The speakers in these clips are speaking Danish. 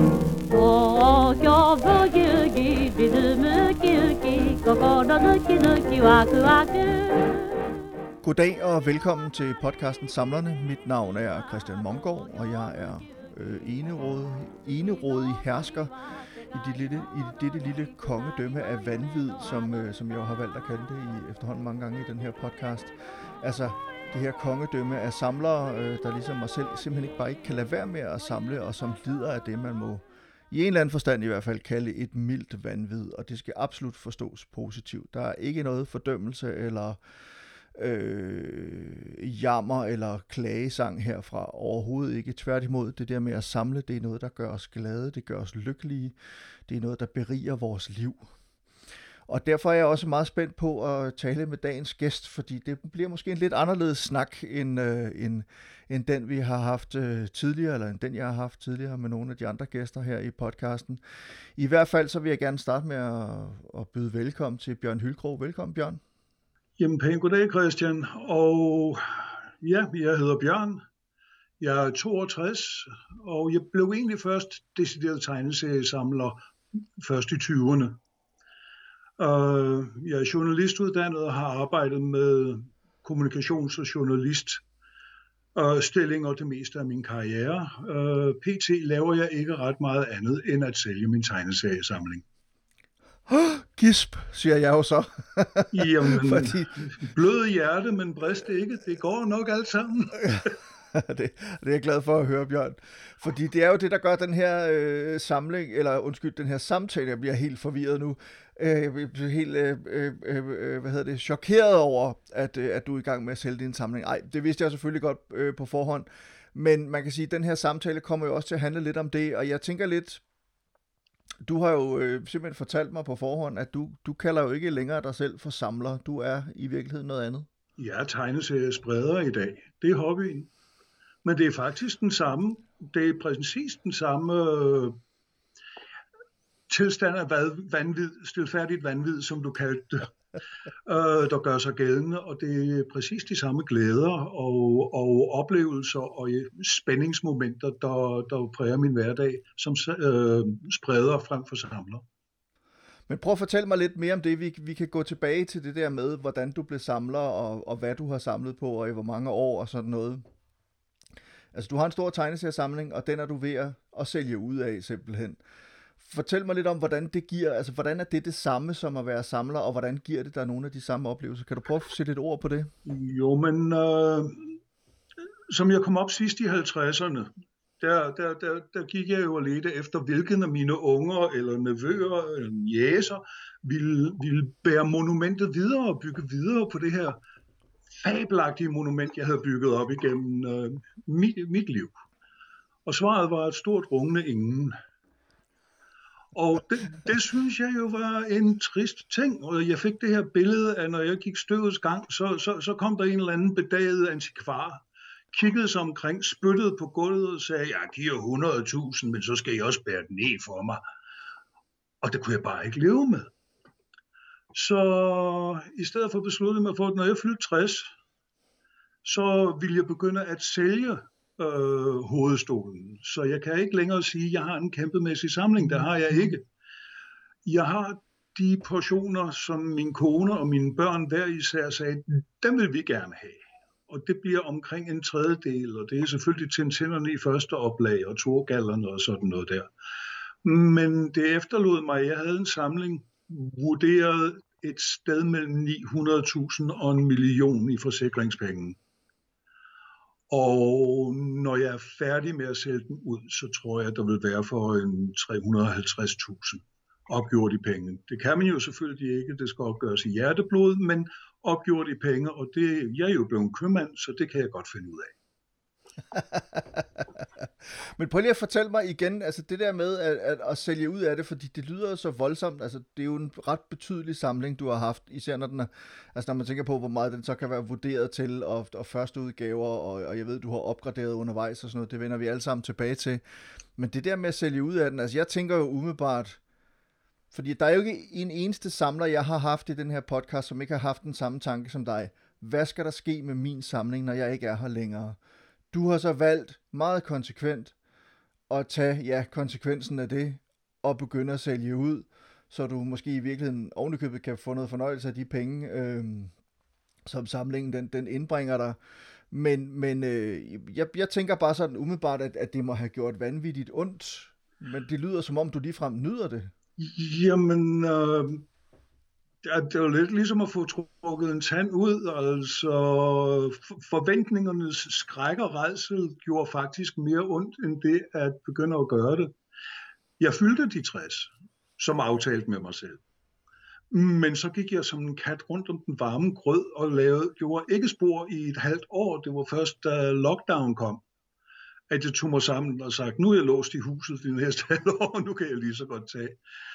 Goddag og velkommen til podcasten Samlerne. Mit navn er Christian Momgaard, og jeg er enerådig hersker i dette lille kongedømme af vanvid, som jeg jo har valgt at kalde det efterhånden mange gange i den her podcast. Altså det her kongedømme af samlere, der ligesom mig selv simpelthen ikke kan lade være med at samle, og som lider af det, man må i en eller anden forstand i hvert fald kalde et mildt vanvid, og det skal absolut forstås positivt. Der er ikke noget fordømmelse eller jammer eller klagesang herfra, overhovedet ikke. Tværtimod, det der med at samle, det er noget, der gør os glade, det gør os lykkelige, det er noget, der beriger vores liv. Og derfor er jeg også meget spændt på at tale med dagens gæst, fordi det bliver måske en lidt anderledes snak end den, vi har haft tidligere, eller end den, jeg har haft tidligere med nogle af de andre gæster her i podcasten. I hvert fald så vil jeg gerne starte med at byde velkommen til Bjørn Hylkrog. Velkommen, Bjørn. Jamen, pænt goddag, Christian. Og ja, jeg hedder Bjørn. Jeg er 62, og jeg blev egentlig først decideret tegneseriesamler først i 20'erne. Jeg er journalistuddannet og har arbejdet med kommunikations- og journaliststillinger det meste af min karriere. PT laver jeg ikke ret meget andet end at sælge min tegneseriesamling. Gisp, siger jeg jo så. Jamen, blød hjerte, men brist ikke. Det går nok alt sammen. det er jeg glad for at høre, Bjørn. Fordi det er jo det, der gør den her den her samtale, jeg bliver helt forvirret nu. Jeg bliver helt chokeret over, at du er i gang med at sælge din samling. Ej, det vidste jeg selvfølgelig godt på forhånd. Men man kan sige, at den her samtale kommer jo også til at handle lidt om det, og jeg tænker lidt, du har jo simpelthen fortalt mig på forhånd, at du kalder jo ikke længere dig selv for samler. Du er i virkeligheden noget andet. Jeg er tegneseriespreder i dag. Det er hobbyen. Men det er faktisk den samme. Det er præcis den samme tilstand af vanvid, stilfærdigt vanvid, som du kaldte det, der gør sig gældende. Og det er præcis de samme glæder og oplevelser og spændingsmomenter, der præger min hverdag som spreder frem for samler. Men prøv at fortælle mig lidt mere om det. Vi kan gå tilbage til det der med, hvordan du blev samler, og hvad du har samlet på, og i hvor mange år og sådan noget. Altså, du har en stor tegneseriesamling, og den er du ved at sælge ud af, simpelthen. Fortæl mig lidt om, hvordan det giver, altså, hvordan er det samme som at være samler, og hvordan giver det dig nogle af de samme oplevelser? Kan du prøve at sætte et ord på det? Jo, men som jeg kom op sidst i 50'erne, der gik jeg jo og ledte efter, hvilken af mine unger eller nevøer eller jæser ville bære monumentet videre og bygge videre på det her fabelagtige monument, jeg havde bygget op igennem mit liv. Og svaret var et stort rungende ingen. Og det synes jeg jo var en trist ting, og jeg fik det her billede af, når jeg gik støvets gang, så kom der en eller anden bedaget antikvar, kiggede sig omkring, spyttede på gulvet og sagde, jeg giver 100.000, men så skal I også bære den ned for mig. Og det kunne jeg bare ikke leve med. Så i stedet for besluttede jeg mig for, at når jeg fyldte 60, så ville jeg begynde at sælge hovedstolen. Så jeg kan ikke længere sige, at jeg har en kæmpemæssig samling. Det har jeg ikke. Jeg har de portioner, som min kone og mine børn hver især sagde, dem vil vi gerne have. Og det bliver omkring en tredjedel, og det er selvfølgelig Tintinerne i første oplag, og Thorgallerne og sådan noget der. Men det efterlod mig, jeg havde en samling, vurderet et sted mellem 900.000 og 1 million i forsikringspenge. Og når jeg er færdig med at sælge den ud, så tror jeg, der vil være for en 350.000 opgjort i penge. Det kan man jo selvfølgelig ikke, det skal opgøres i hjerteblod, men opgjort i penge, og det, jeg er jo blevet en købmand, så det kan jeg godt finde ud af. Men prøv lige at fortælle mig igen, altså det der med at sælge ud af det, fordi det lyder så voldsomt, altså det er jo en ret betydelig samling, du har haft, især når man tænker på, hvor meget den så kan være vurderet til, og første udgaver, og jeg ved, du har opgraderet undervejs og sådan noget, det vender vi alle sammen tilbage til. Men det der med at sælge ud af den, altså jeg tænker jo umiddelbart, fordi der er jo ikke en eneste samler, jeg har haft i den her podcast, som ikke har haft den samme tanke som dig. Hvad skal der ske med min samling, når jeg ikke er her længere? Du har så valgt meget konsekvent at tage konsekvensen af det, og begynde at sælge ud, så du måske i virkeligheden ovenikøbet kan få noget fornøjelse af de penge, som samlingen den indbringer dig. Men jeg tænker bare sådan umiddelbart, at det må have gjort vanvittigt ondt, men det lyder som om, du ligefrem nyder det. Jamen, det er jo lidt ligesom at få trukket en tand ud, altså forventningernes skræk og rædsel gjorde faktisk mere ondt, end det at begynde at gøre det. Jeg fyldte de 60, som aftalt med mig selv. Men så gik jeg som en kat rundt om den varme grød og gjorde ikke spor i et halvt år. Det var først, da lockdown kom, at jeg tog mig sammen og sagde, nu er jeg låst i huset de næste halve år, og nu kan jeg lige så godt tage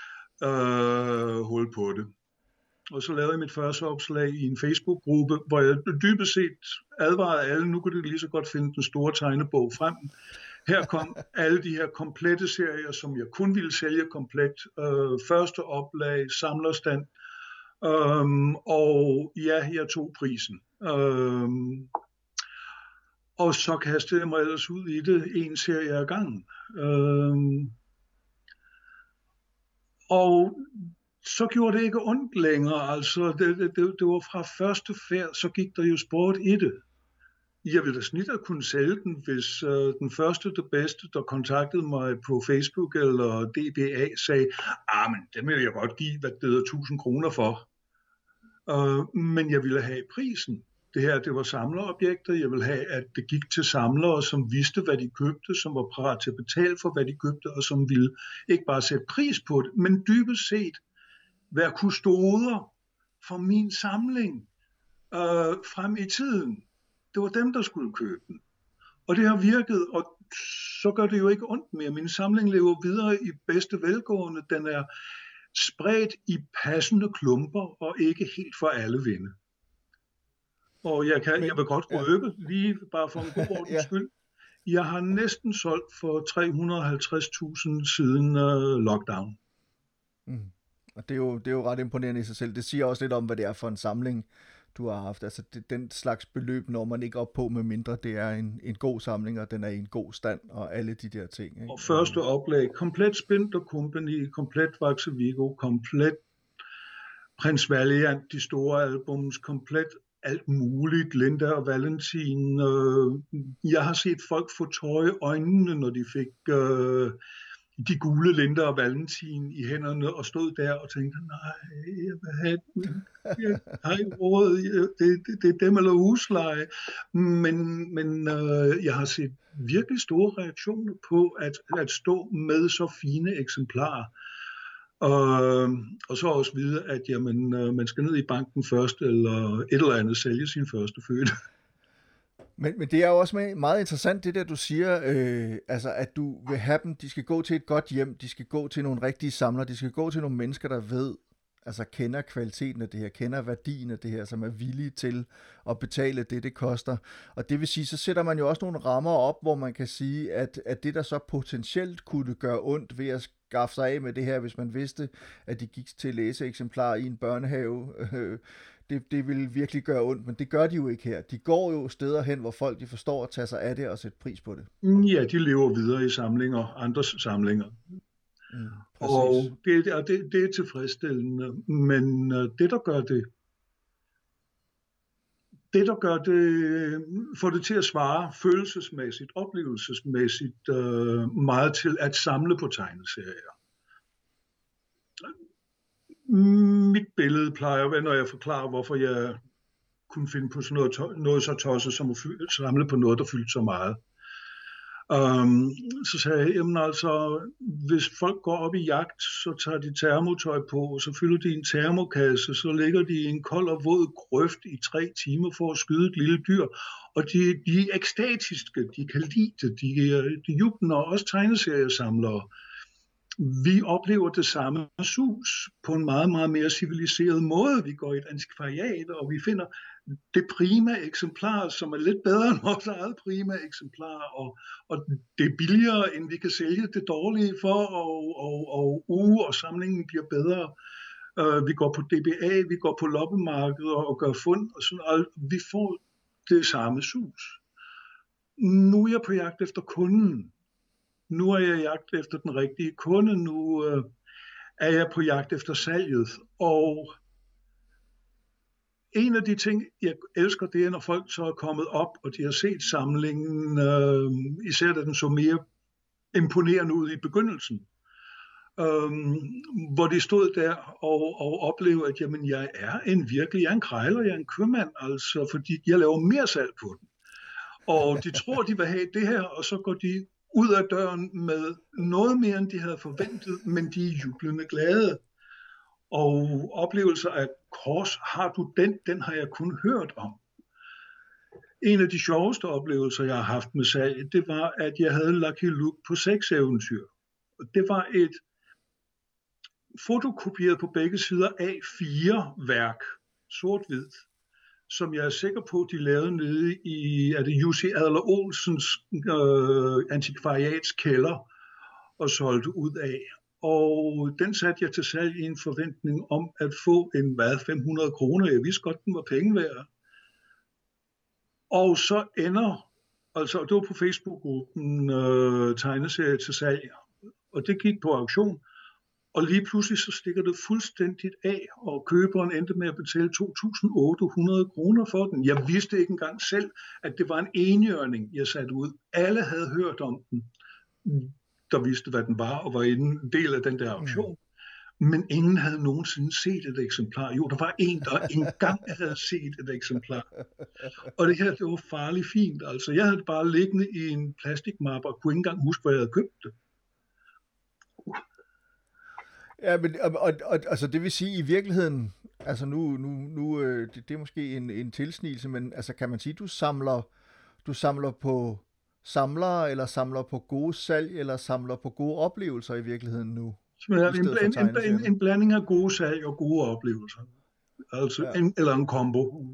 hul på det. Og så lavede jeg mit første opslag i en Facebook-gruppe, hvor jeg dybest set advarede alle, nu kunne det lige så godt finde den store tegnebog frem. Her kom alle de her komplette serier, som jeg kun ville sælge komplet. Første oplag, samlerstand, og ja, jeg tog prisen. Og så kastede jeg mig ellers ud i det, en serie ad gangen. Og så gjorde det ikke ondt længere, altså det var fra første færd, så gik der jo sport i det. Jeg ville da snit at kunne sælge den, hvis den første, det bedste, der kontaktede mig på Facebook eller DBA, sagde, men det vil jeg godt give, hvad det er 1000 kroner for. Men jeg ville have prisen. Det var samlerobjekter. Jeg ville have, at det gik til samlere, som vidste, hvad de købte, som var parat til at betale for, hvad de købte, og som ville ikke bare sætte pris på det, men dybest set være kustoder for min samling frem i tiden. Det var dem, der skulle købe den. Og det har virket, og så gør det jo ikke ondt mere. Min samling lever videre i bedste velgående. Den er spredt i passende klumper, og ikke helt for alle vinde. Og jeg vil godt røbe, lige bare for en god ordens skyld. Jeg har næsten solgt for 350.000 siden lockdown. Og det er jo ret imponerende i sig selv. Det siger også lidt om, hvad det er for en samling, du har haft. Altså den slags beløb når man ikke op på, med mindre det er en god samling, og den er i en god stand, og alle de der ting. Ikke? Og første oplag, komplet Spindler Company, komplet Vaxe Vigo, komplet Prins Valiant, de store albums, komplet alt muligt, Linda og Valentin. Jeg har set folk få tårer i øjnene, når de fik de gule Linda og Valentin i hænderne, og stod der og tænkte, nej, jeg vil have den. Jeg har ikke råd. Det er dem eller husleje. Men jeg har set virkelig store reaktioner på at stå med så fine eksemplarer. Og så også vide, at jamen, man skal ned i banken først, eller et eller andet sælge sin første fødte. Men det er jo også meget interessant, det der du siger, altså at du vil have dem, de skal gå til et godt hjem, de skal gå til nogle rigtige samlere, de skal gå til nogle mennesker, der ved, altså kender kvaliteten af det her, kender værdien af det her, som er villige til at betale det koster. Og det vil sige, så sætter man jo også nogle rammer op, hvor man kan sige, at det der så potentielt kunne gøre ondt ved at skaffe sig af med det her, hvis man vidste, at de gik til læseeksemplarer i en børnehave, det ville virkelig gøre ondt, men det gør de jo ikke her. De går jo steder hen, hvor folk de forstår at tage sig af det og sætte pris på det. Ja, de lever videre i samlinger, andres samlinger. Og det er tilfredsstillende, men det der gør det, får det til at svare følelsesmæssigt, oplevelsesmæssigt meget til at samle på tegneserier. Mit billede plejer at være, når jeg forklarer, hvorfor jeg kunne finde på sådan noget så tosset som at samle på noget, der fyldte så meget. Så sagde jeg, jamen altså, hvis folk går op i jagt, så tager de termotøj på, og så fylder de en termokasse, så ligger de i en kold og våd grøft i 3 timer for at skyde et lille dyr, og de er ekstatiske, de kan lide det, de jubler, også tegneseriesamlere. Vi oplever det samme sus på en meget, meget mere civiliseret måde. Vi går i et antikvariat, og vi finder det prima eksemplar, som er lidt bedre end vores eget prima eksemplar, og det er billigere, end vi kan sælge det dårlige for, og samlingen bliver bedre. Vi går på DBA, vi går på loppemarkeder og gør fund, og vi får det samme sus. Nu er jeg på jagt efter kunden. Nu er jeg i jagt efter den rigtige kunde, nu er jeg på jagt efter salget, og en af de ting, jeg elsker, det er, når folk så er kommet op, og de har set samlingen, især da den så mere imponerende ud i begyndelsen, hvor de stod der og oplevede, at jamen, jeg er en krejler, jeg er en købmand, altså, fordi jeg laver mere salg på den. Og de tror, de vil have det her, og så går de ud af døren med noget mere, end de havde forventet, men de er jublende glade. Og oplevelser af kors, har du den? Den har jeg kun hørt om. En af de sjoveste oplevelser, jeg har haft med salg, det var, at jeg havde Lucky Luke på 6 eventyr. Det var et fotokopieret på begge sider A4-værk, sort-hvid, som jeg er sikker på, de lavede nede i Jussi Adler Olsens antikvariats kælder og solgte ud af. Og den satte jeg til salg i en forventning om at få 500 kroner. Jeg vidste godt, den var penge værd. Og så det var på Facebook-gruppen tegneserie til salg, og det gik på auktion. Og lige pludselig så stikker det fuldstændigt af, og køberen endte med at betale 2.800 kroner for den. Jeg vidste ikke engang selv, at det var en enhjørning, jeg satte ud. Alle havde hørt om den, der vidste, hvad den var, og var en del af den der auktion. Men ingen havde nogensinde set et eksemplar. Jo, der var en, der engang havde set et eksemplar. Og det her, det var farligt fint. Altså, jeg havde det bare liggende i en plastikmappe, og kunne ikke engang huske, hvor jeg havde købt det. Ja, men altså det vil sige i virkeligheden, altså nu det er måske en tilsnigelse, men altså kan man sige, du samler på samlere, eller samler på gode salg, eller samler på gode oplevelser i virkeligheden nu? En blanding af gode salg og gode oplevelser. Altså ja. Eller en kombo.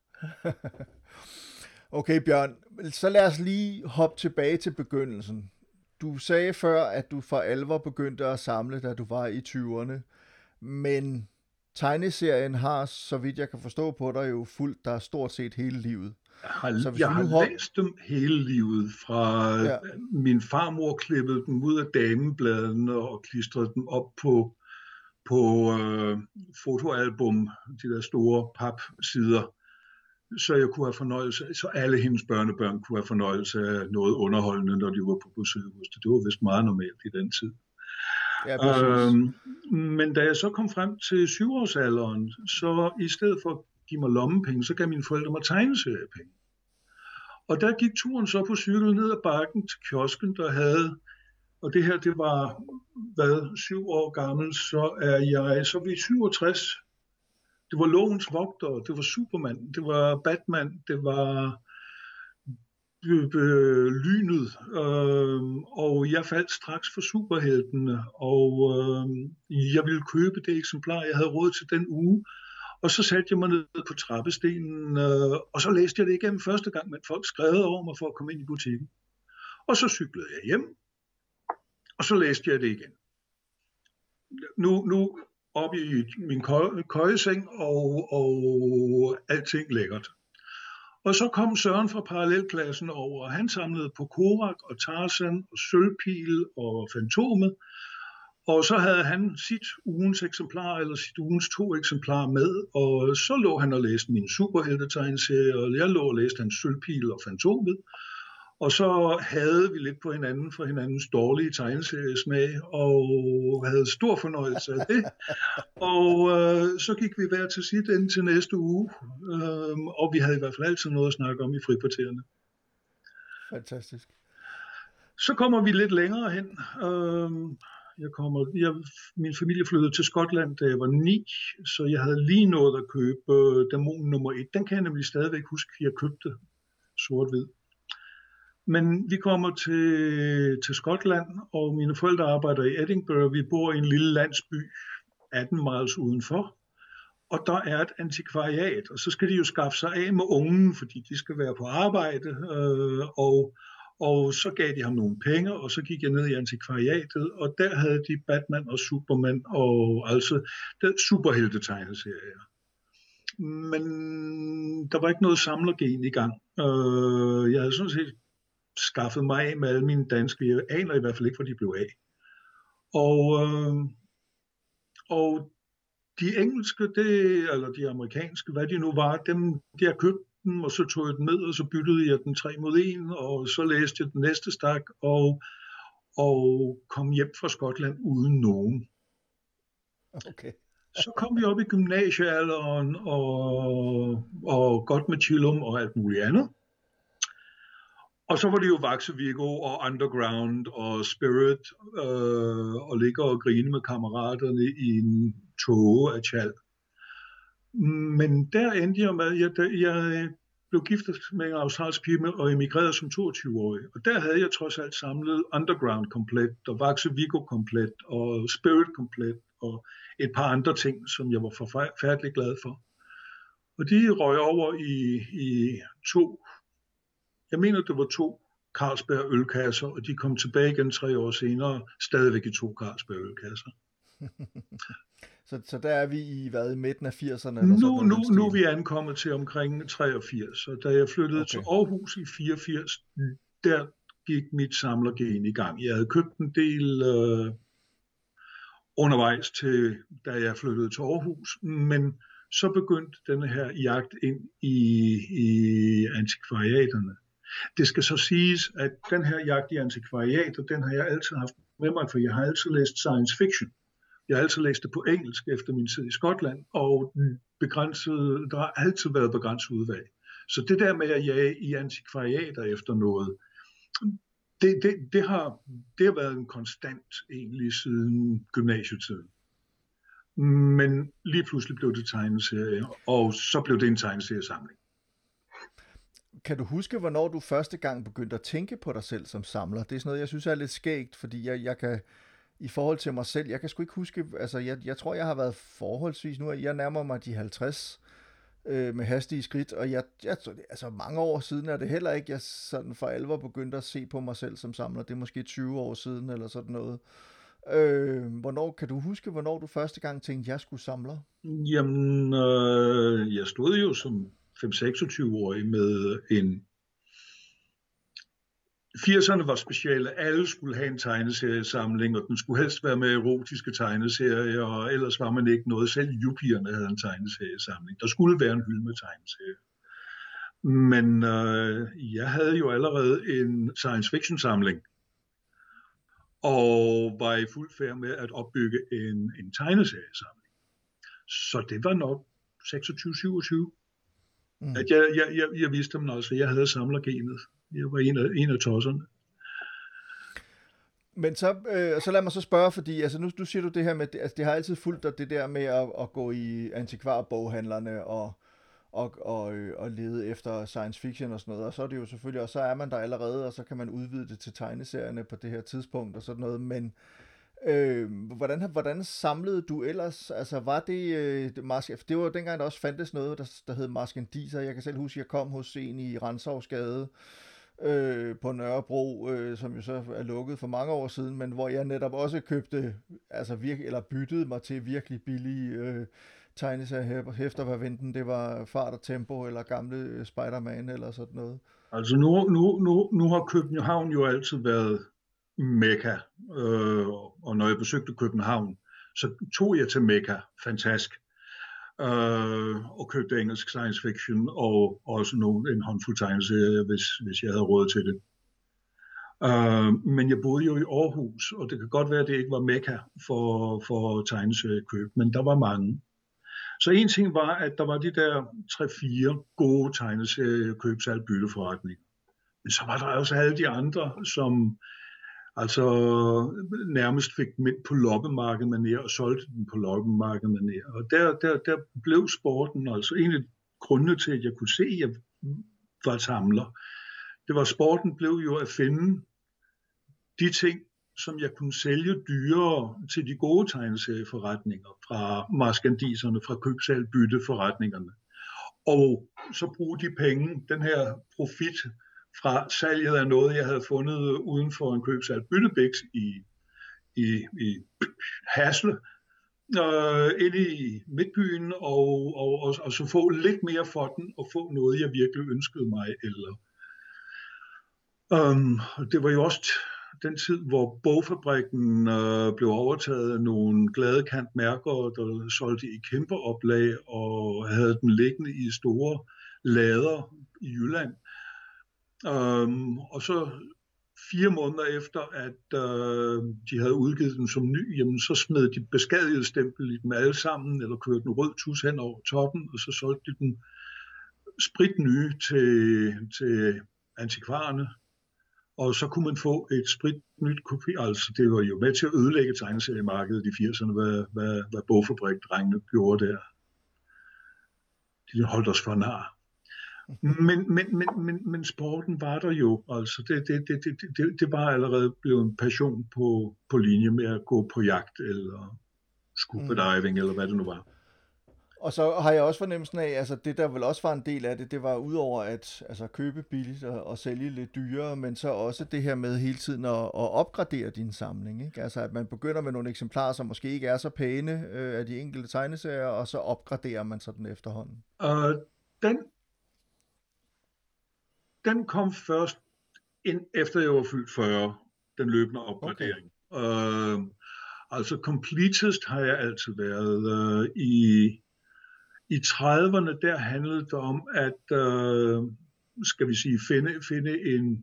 Okay, Bjørn, så lad os lige hoppe tilbage til begyndelsen. Du sagde før, at du for alvor begyndte at samle, da du var i 20'erne, men tegneserien har, så vidt jeg kan forstå på dig, jo fulgt dig stort set hele livet. Jeg har læst dem hele livet, fra min farmor klippede dem ud af damebladene og klistrede dem op på fotoalbum, de der store papsider, så jeg kunne have fornøjelse, så alle hendes børnebørn kunne have fornøjelse af noget underholdende, når de var på besøg hos det. Det var vist meget normalt i den tid. Ja, men da jeg så kom frem til 7-årsalderen, så i stedet for at give mig lommepenge, så gav mine forældre mig tegneseriepenge. Og der gik turen så på cykel ned ad bakken til kiosken, der havde, og det her, det var 7 år gammel, så vi 67. Det var Lovens Vogtere, det var Superman, det var Batman, det var Lynet, og jeg faldt straks for superheltene, og jeg ville købe det eksemplar, jeg havde råd til den uge, og så satte jeg mig ned på trappestenen, og så læste jeg det igennem første gang, men folk skrev over mig for at komme ind i butikken. Og så cyklede jeg hjem, og så læste jeg det igen. Nu op i min køjeseng, og alting lækkert. Og så kom Søren fra parallelklassen over, og han samlede på Korak og Tarzan og Sølvpil og Fantomet. Og så havde han sit ugens eksemplar, eller sit ugens 2 eksemplarer med, og så lå han og læste min superheltetegneserie, og jeg lå og læste hans Sølvpil og Fantomet. Og så havde vi lidt på hinanden for hinandens dårlige tegneseriesmag, og havde stor fornøjelse af det. Og så gik vi hver til sit ind til næste uge, og vi havde i hvert fald altid noget at snakke om i frikvartererne. Fantastisk. Så kommer vi lidt længere hen. Min familie flyttede til Skotland, da jeg var 9, så jeg havde lige nået at købe Dæmonen nummer 1. Den kan jeg nemlig stadigvæk huske, jeg købte sort-hvid. Men vi kommer til Skotland, og mine forældre arbejder i Edinburgh. Vi bor i en lille landsby 18 miles udenfor, og der er et antikvariat, og så skal de jo skaffe sig af med ungen, fordi de skal være på arbejde, og så gav de ham nogle penge, og så gik jeg ned i antikvariatet, og der havde de Batman og Superman, og altså superheltetegneserier. Men der var ikke noget samlergen i gang. Jeg havde sådan set skaffet mig af med alle mine danske. Jeg aner i hvert fald ikke, hvor de blev af. Og de engelske, eller de amerikanske, hvad de nu var, dem, de har købt den, og så tog jeg den ned, og så byttede jeg den 3 mod 1, og så læste jeg den næste stak, og kom hjem fra Skotland uden nogen. Okay. Så kom vi op i gymnasiealderen, og godt med chillum og alt muligt andet. Og så var det jo Vakse Viggo og Underground og Spirit, og ligge og grine med kammeraterne i en tåge af tjal. Men der endte jeg med, at jeg blev giftet med en australsk pige og emigrerede som 22-årig. Og der havde jeg trods alt samlet Underground komplet, og Vakse Viggo komplet, og Spirit komplet, og et par andre ting, som jeg var forfærdelig glad for. Og de røg over i 2, jeg mener det var 2 Carlsberg ølkasser, og de kom tilbage igen 3 år senere, stadigvæk i 2 Carlsberg ølkasser. Så der er vi i midten af 80'erne? Nu er vi ankommet til omkring 83, og da jeg flyttede til Aarhus i 84, der gik mit samlergen i gang. Jeg havde købt en del undervejs til, da jeg flyttede til Aarhus, men så begyndte denne her jagt ind i antikvariaterne. Det skal så siges, at den her jagt i antikvariater, den har jeg altid haft med mig, for jeg har altid læst science fiction. Jeg har altid læst det på engelsk efter min tid i Skotland, og der har altid været begrænset udvalg. Så det der med at jage i antikvariater efter noget, det har været en konstant egentlig siden gymnasietiden. Men lige pludselig blev det tegneserier, og så blev det en tegneseriesamling. Kan du huske, hvornår du første gang begyndte at tænke på dig selv som samler? Det er sådan noget, jeg synes er lidt skægt, fordi jeg kan, i forhold til mig selv, jeg kan sgu ikke huske, altså jeg tror, jeg har været forholdsvis, nu jeg nærmer mig de 50 med hastige skridt, og jeg altså mange år siden er det heller ikke, jeg sådan for alvor begyndte at se på mig selv som samler. Det er måske 20 år siden, eller sådan noget. Kan du huske, hvornår du første gang tænkte, jeg skulle samle? Jamen, jeg stod jo som 5-26-årig med en... 80'erne var specielle. Alle skulle have en tegneseriesamling, og den skulle helst være med erotiske tegneserier, og ellers var man ikke noget. Selv yuppierne havde en tegneseriesamling. Der skulle være en hylde med tegneserier. Men jeg havde jo allerede en science fiction samling, og var i fuld færd med at opbygge en tegneseriesamling. Så det var nok 26-27. At jeg vidste dem, altså jeg havde samlergenet. Jeg var en af tosserne. Men så lad mig så spørge, fordi altså nu siger du det her med, altså det har altid fulgt dig det der med at gå i antikvarboghandlerne og lede efter science fiction og sådan noget, og så er det jo selvfølgelig, og så er man der allerede, og så kan man udvide det til tegneserierne på det her tidspunkt og sådan noget, men hvordan samlede du ellers? Altså var det det var jo dengang, der også fandtes noget, der hed Marskandiser. Jeg kan selv huske, at jeg kom hos en i Rantzausgade på Nørrebro, som jo så er lukket for mange år siden, men hvor jeg netop også købte, altså eller byttede mig til virkelig billige tegneseriehæfter, hvad venten det var Fart og Tempo, eller gamle Spider-Man, eller sådan noget. Altså nu har København jo altid været Mekka, og når jeg besøgte København, så tog jeg til Mekka, fantastisk, og købte engelsk science fiction, og også en håndfuld tegneserier, hvis jeg havde råd til det. Men jeg boede jo i Aarhus, og det kan godt være, at det ikke var Mekka for tegneseriekøb, men der var mange. Så en ting var, at der var de der 3-4 gode tegneseriekøbsalg bytteforretninger. Men så var der også alle de andre, som altså nærmest fik dem ind på loppemarkedmanér og solgte den på loppemarkedmanér. Og der blev sporten, altså en af grundene til, at jeg kunne se, at jeg var samler, det var, sporten blev jo at finde de ting, som jeg kunne sælge dyrere til de gode tegneserieforretninger, fra marskandiserne, fra købsalg-bytteforretningerne. Og så bruge de penge, den her profit fra salget af noget, jeg havde fundet uden for en købsalg-byttebiks i Hasle, ind i midtbyen, og så få lidt mere for den, og få noget, jeg virkelig ønskede mig, eller Det var jo også den tid, hvor bogfabrikken blev overtaget af nogle glade kantmærker, der solgte i kæmpe oplag og havde den liggende i store lader i Jylland. Og så 4 måneder efter, at de havde udgivet den som ny, jamen, så smed de beskadiget stempel i dem alle sammen, eller kørte en rød tus hen over toppen, og så solgte de den spritnye til antikvarerne. Og så kunne man få et spritnyt kopi. Altså, det var jo med til at ødelægge tegneseriemarkedet i 80'erne, hvad bogfabrikdrengene gjorde der. De holdt os for nar. Men sporten var der jo. Altså, det var allerede blevet en passion på linje med at gå på jagt, eller scuba diving, eller hvad det nu var. Og så har jeg også fornemmelsen af, altså det der vel også var en del af det, det var udover at altså, købe billigt og sælge lidt dyrere, men så også det her med hele tiden at opgradere din samling, ikke? Altså at man begynder med nogle eksemplarer, som måske ikke er så pæne af de enkelte tegneserier, og så opgraderer man så den efterhånden. Den kom først ind efter jeg var fyldt 40, den løbende opgradering. Okay. Altså completist har jeg altid været i 30'erne, der handlede det om at skal vi sige finde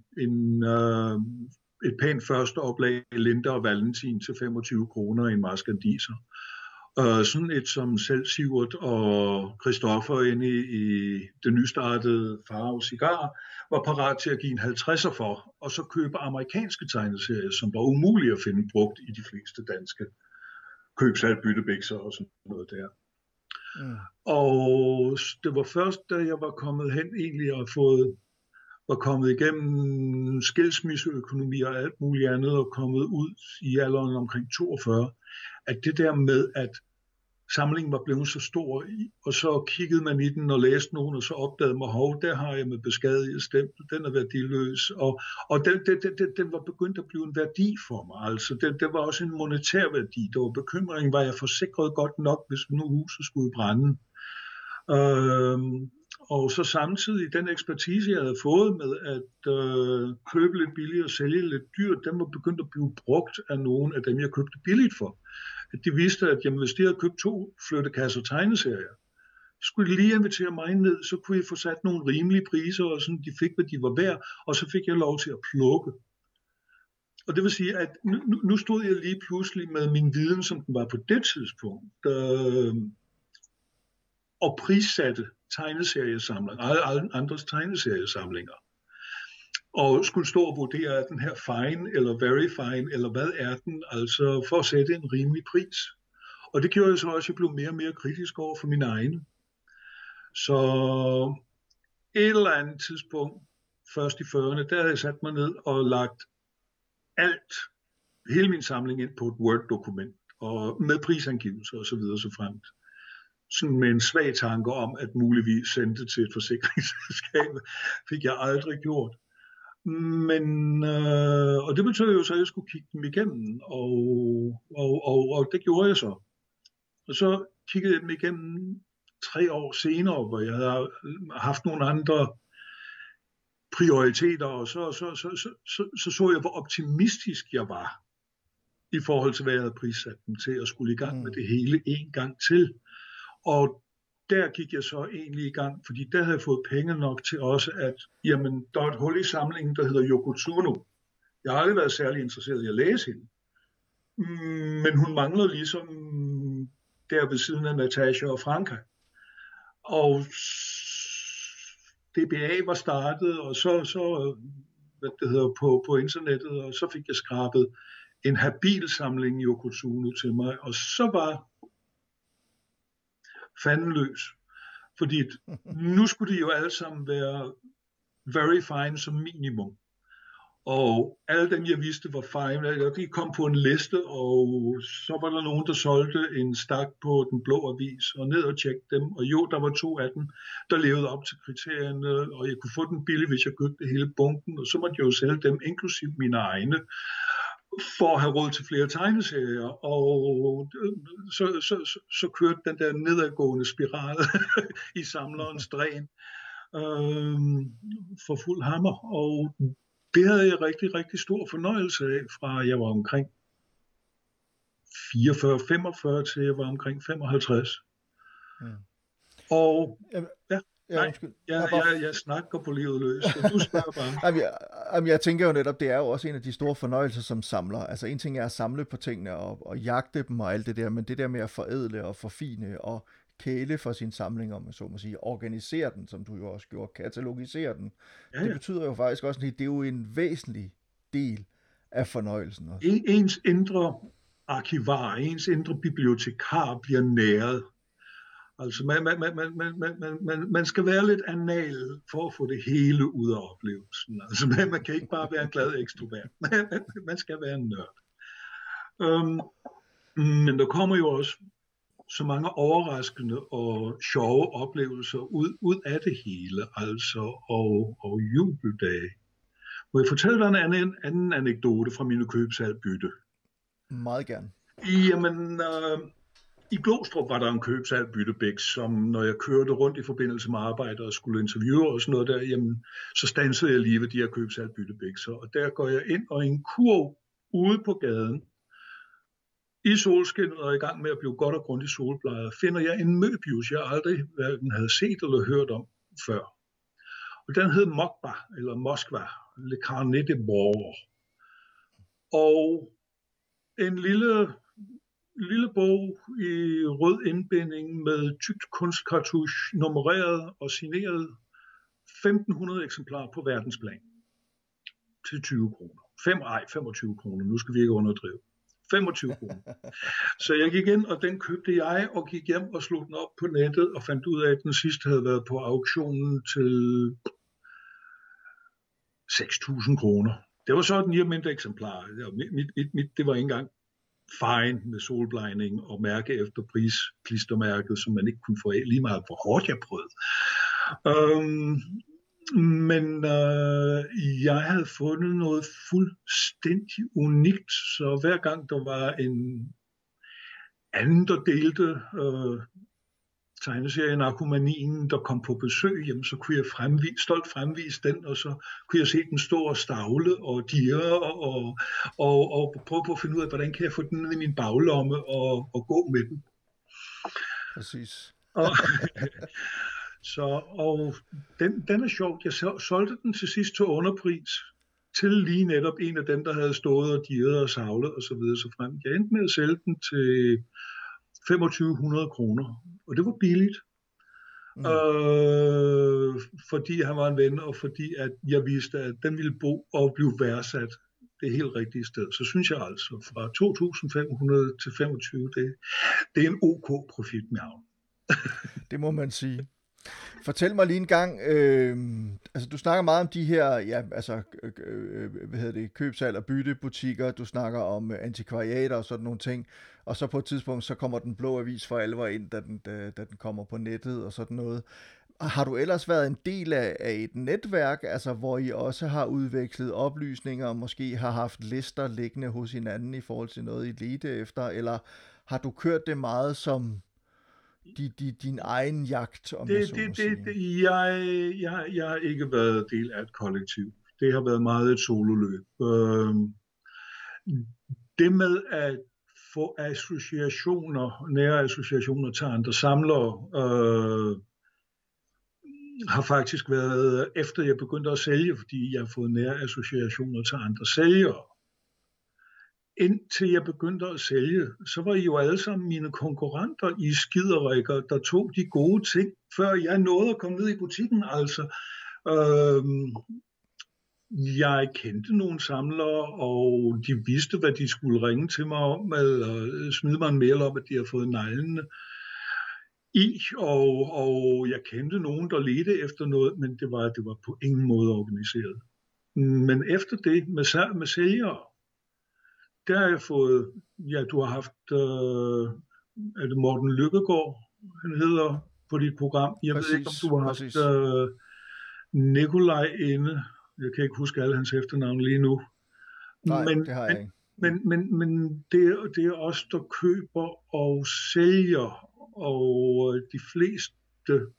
et pænt første oplag Linda og Valentin til 25 kroner i en maskandiser. Sådan et som selv Sivert og Christoffer inde i det nystartede Farve Cigar var parat til at give en 50'er for, og så købe amerikanske tegneserier, som var umulige at finde brugt i de fleste danske købsalg-byttebikser og sådan noget der. Og det var først, da jeg var kommet hen egentlig og var kommet igennem skilsmisseøkonomi og alt muligt andet og kommet ud i alderen omkring 42, at det der med, at samlingen var blevet så stor, og så kiggede man i den og læste nogen, og så opdagede man, hov, der har jeg med beskadiget stempel, den er værdiløs, og den var begyndt at blive en værdi for mig, altså det var også en monetær værdi, der var bekymring, var jeg forsikret godt nok, hvis nu huset skulle brænde. Og så samtidig den ekspertise, jeg havde fået med at købe lidt billigt og sælge lidt dyrt, den var begyndt at blive brugt af nogen af dem, jeg købte billigt for. At de vidste, at jamen, hvis de havde købt 2 flyttekasser tegneserier, skulle de lige invitere mig ned, så kunne I få sat nogle rimelige priser, og sådan, de fik, hvad de var værd, og så fik jeg lov til at plukke. Og det vil sige, at nu stod jeg lige pludselig med min viden, som den var på det tidspunkt, og prissatte tegneseriesamlinger, alle andres tegneseriesamlinger. Og skulle stå og vurdere, er den her fine eller very fine, eller hvad er den, altså for at sætte en rimelig pris. Og det gjorde jeg så også, at jeg blev mere og mere kritisk over for mine egne. Så et eller andet tidspunkt, først i 40'erne, der havde jeg sat mig ned og lagt hele min samling ind på et Word-dokument, og med prisangivelser og så videre så fremt. Sådan med en svag tanke om, at muligvis sendte til et forsikringsselskab, fik jeg aldrig gjort. Men, og det betød jo så, at jeg skulle kigge dem igennem, og det gjorde jeg så. Og så kiggede jeg dem igennem 3 år senere, hvor jeg havde haft nogle andre prioriteter, og så jeg, hvor optimistisk jeg var i forhold til, hvad jeg havde prissat dem til, at skulle i gang med det hele en gang til. Og der gik jeg så egentlig i gang, fordi der havde jeg fået penge nok til også, at jamen, der er et hul i samlingen, der hedder Yoko Tsuno. Jeg har aldrig været særlig interesseret i at læse hende. Men hun mangler ligesom der ved siden af Natasha og Franka. Og DBA var startet, og så hvad det hedder, på internettet, og så fik jeg skrabet en habil samling Yoko Tsuno til mig, og så var fanden løs. Fordi nu skulle de jo alle sammen være very fine som minimum. Og alle dem, jeg vidste var fine, de kom på en liste, og så var der nogen, der solgte en stak på Den Blå Avis, og ned og tjekke dem. Og jo, der var 2 af dem, der levede op til kriterierne, og jeg kunne få den billigt, hvis jeg købte hele bunken, og så måtte jeg jo sælge dem, inklusiv mine egne, for at have råd til flere tegneserier, og så kørte den der nedadgående spiral i samlerens dræn for fuld hammer, og Det havde jeg rigtig, rigtig stor fornøjelse af, fra jeg var omkring 44-45 til jeg var omkring 55. Mm. Og ja, Ja, nej, undskyld. jeg snakker på livet løs, så du spørger bare. Jeg tænker jo netop, det er jo også en af de store fornøjelser som samler. Altså en ting er at samle på tingene og jagte dem og alt det der, men det der med at forædle og forfine og kæle for sin samling, om man så må sige, organisere den, som du jo også gjorde, katalogisere den. Ja. Det betyder jo faktisk også, at det er jo en væsentlig del af fornøjelsen også. Ens indre arkivar, ens indre bibliotekar bliver næret. Altså man skal være lidt anal for at få det hele ud af oplevelsen. Altså man kan ikke bare være en glad ekstrovert. Man skal være en nørd. Men der kommer jo også så mange overraskende og sjove oplevelser ud af det hele, altså og jubeldage. Må jeg fortælle dig en anden anekdote fra mine købsalg-bytte? Meget gerne. Jamen, i Glostrup var der en købsalg-byttebæk, som når jeg kørte rundt i forbindelse med arbejde og skulle interviewe og sådan noget der, jamen, så standsede jeg lige ved de her købsalg-byttebækser. Og der går jeg ind og i en kurv ude på gaden, i solskinnet og i gang med at blive godt og grundigt solbleget, finder jeg en møbius, jeg aldrig hverken havde set eller hørt om før. Og den hed Mokba, eller Moskva, Le Carnet de Bord. Og en lille bog i rød indbinding med tykt kunstkartusch, nummereret og signeret 1500 eksemplarer på verdensplan til 20 kroner. 25 kroner, nu skal vi ikke underdrive. 25 kroner. Så jeg gik ind, og den købte jeg, og gik hjem og slog den op på nettet, og fandt ud af, at den sidste havde været på auktionen til 6.000 kroner. Det var så et mindre eksemplar. Det var ikke engang fine med solblejning og mærke efter prisklistermærket, som man ikke kunne få af, lige meget hvor hårdt jeg prøvede. Men jeg havde fundet noget fuldstændig unikt, så hver gang der var en anden, der delte tegneserien Narkomanien, der kom på besøg, jamen, så kunne jeg stolt fremvise den, og så kunne jeg se den stå og stavle og dirre og prøve på at finde ud af, hvordan kan jeg få den ned i min baglomme og gå med den. Præcis. Og den er sjovt. Jeg solgte den til sidst til underpris, til lige netop en af dem, der havde stået og dirret og savlet og så videre så frem. Jeg endte med at sælge den til 2.500 kroner, og det var billigt. Fordi han var en ven, og fordi at jeg vidste, at den ville bo og blive værdsat det helt rigtige sted. Så synes jeg altså, fra 2.500 til 25, det er en OK profitmargin. Det må man sige. Fortæl mig lige en gang, altså du snakker meget om de her, ja, altså, købsalg og byttebutikker, du snakker om antikvariater og sådan nogle ting, og så på et tidspunkt, så kommer den blå avis for alvor ind, da den kommer på nettet og sådan noget. Har du ellers været en del af et netværk, altså hvor I også har udvekslet oplysninger, og måske har haft lister liggende hos hinanden i forhold til noget, I ledte efter, eller har du kørt det meget som din egen jagt, om jeg så må sige? Jeg har ikke været del af et kollektiv. Det har været meget et sololøb. Det med at få nære associationer til andre samlere, har faktisk været efter jeg begyndte at sælge, fordi jeg har fået nære associationer til andre sælgere. Indtil jeg begyndte at sælge, så var I jo alle sammen mine konkurrenter i skiderikker, der tog de gode ting, før jeg nåede at komme ned i butikken. Altså, jeg kendte nogle samlere, og de vidste, hvad de skulle ringe til mig om, eller smide mig en mail om, at de havde fået neglene i, og jeg kendte nogen, der ledte efter noget, men det var på ingen måde organiseret. Men efter det, med sælgere, der har jeg fået, ja, du har haft, er det Morten Lykkegaard, han hedder på dit program. Jeg ved ikke, om du har haft Nikolaj inde. Jeg kan ikke huske alle hans efternavn lige nu. Nej, det har jeg ikke. Men det er os, der køber og sælger, og de fleste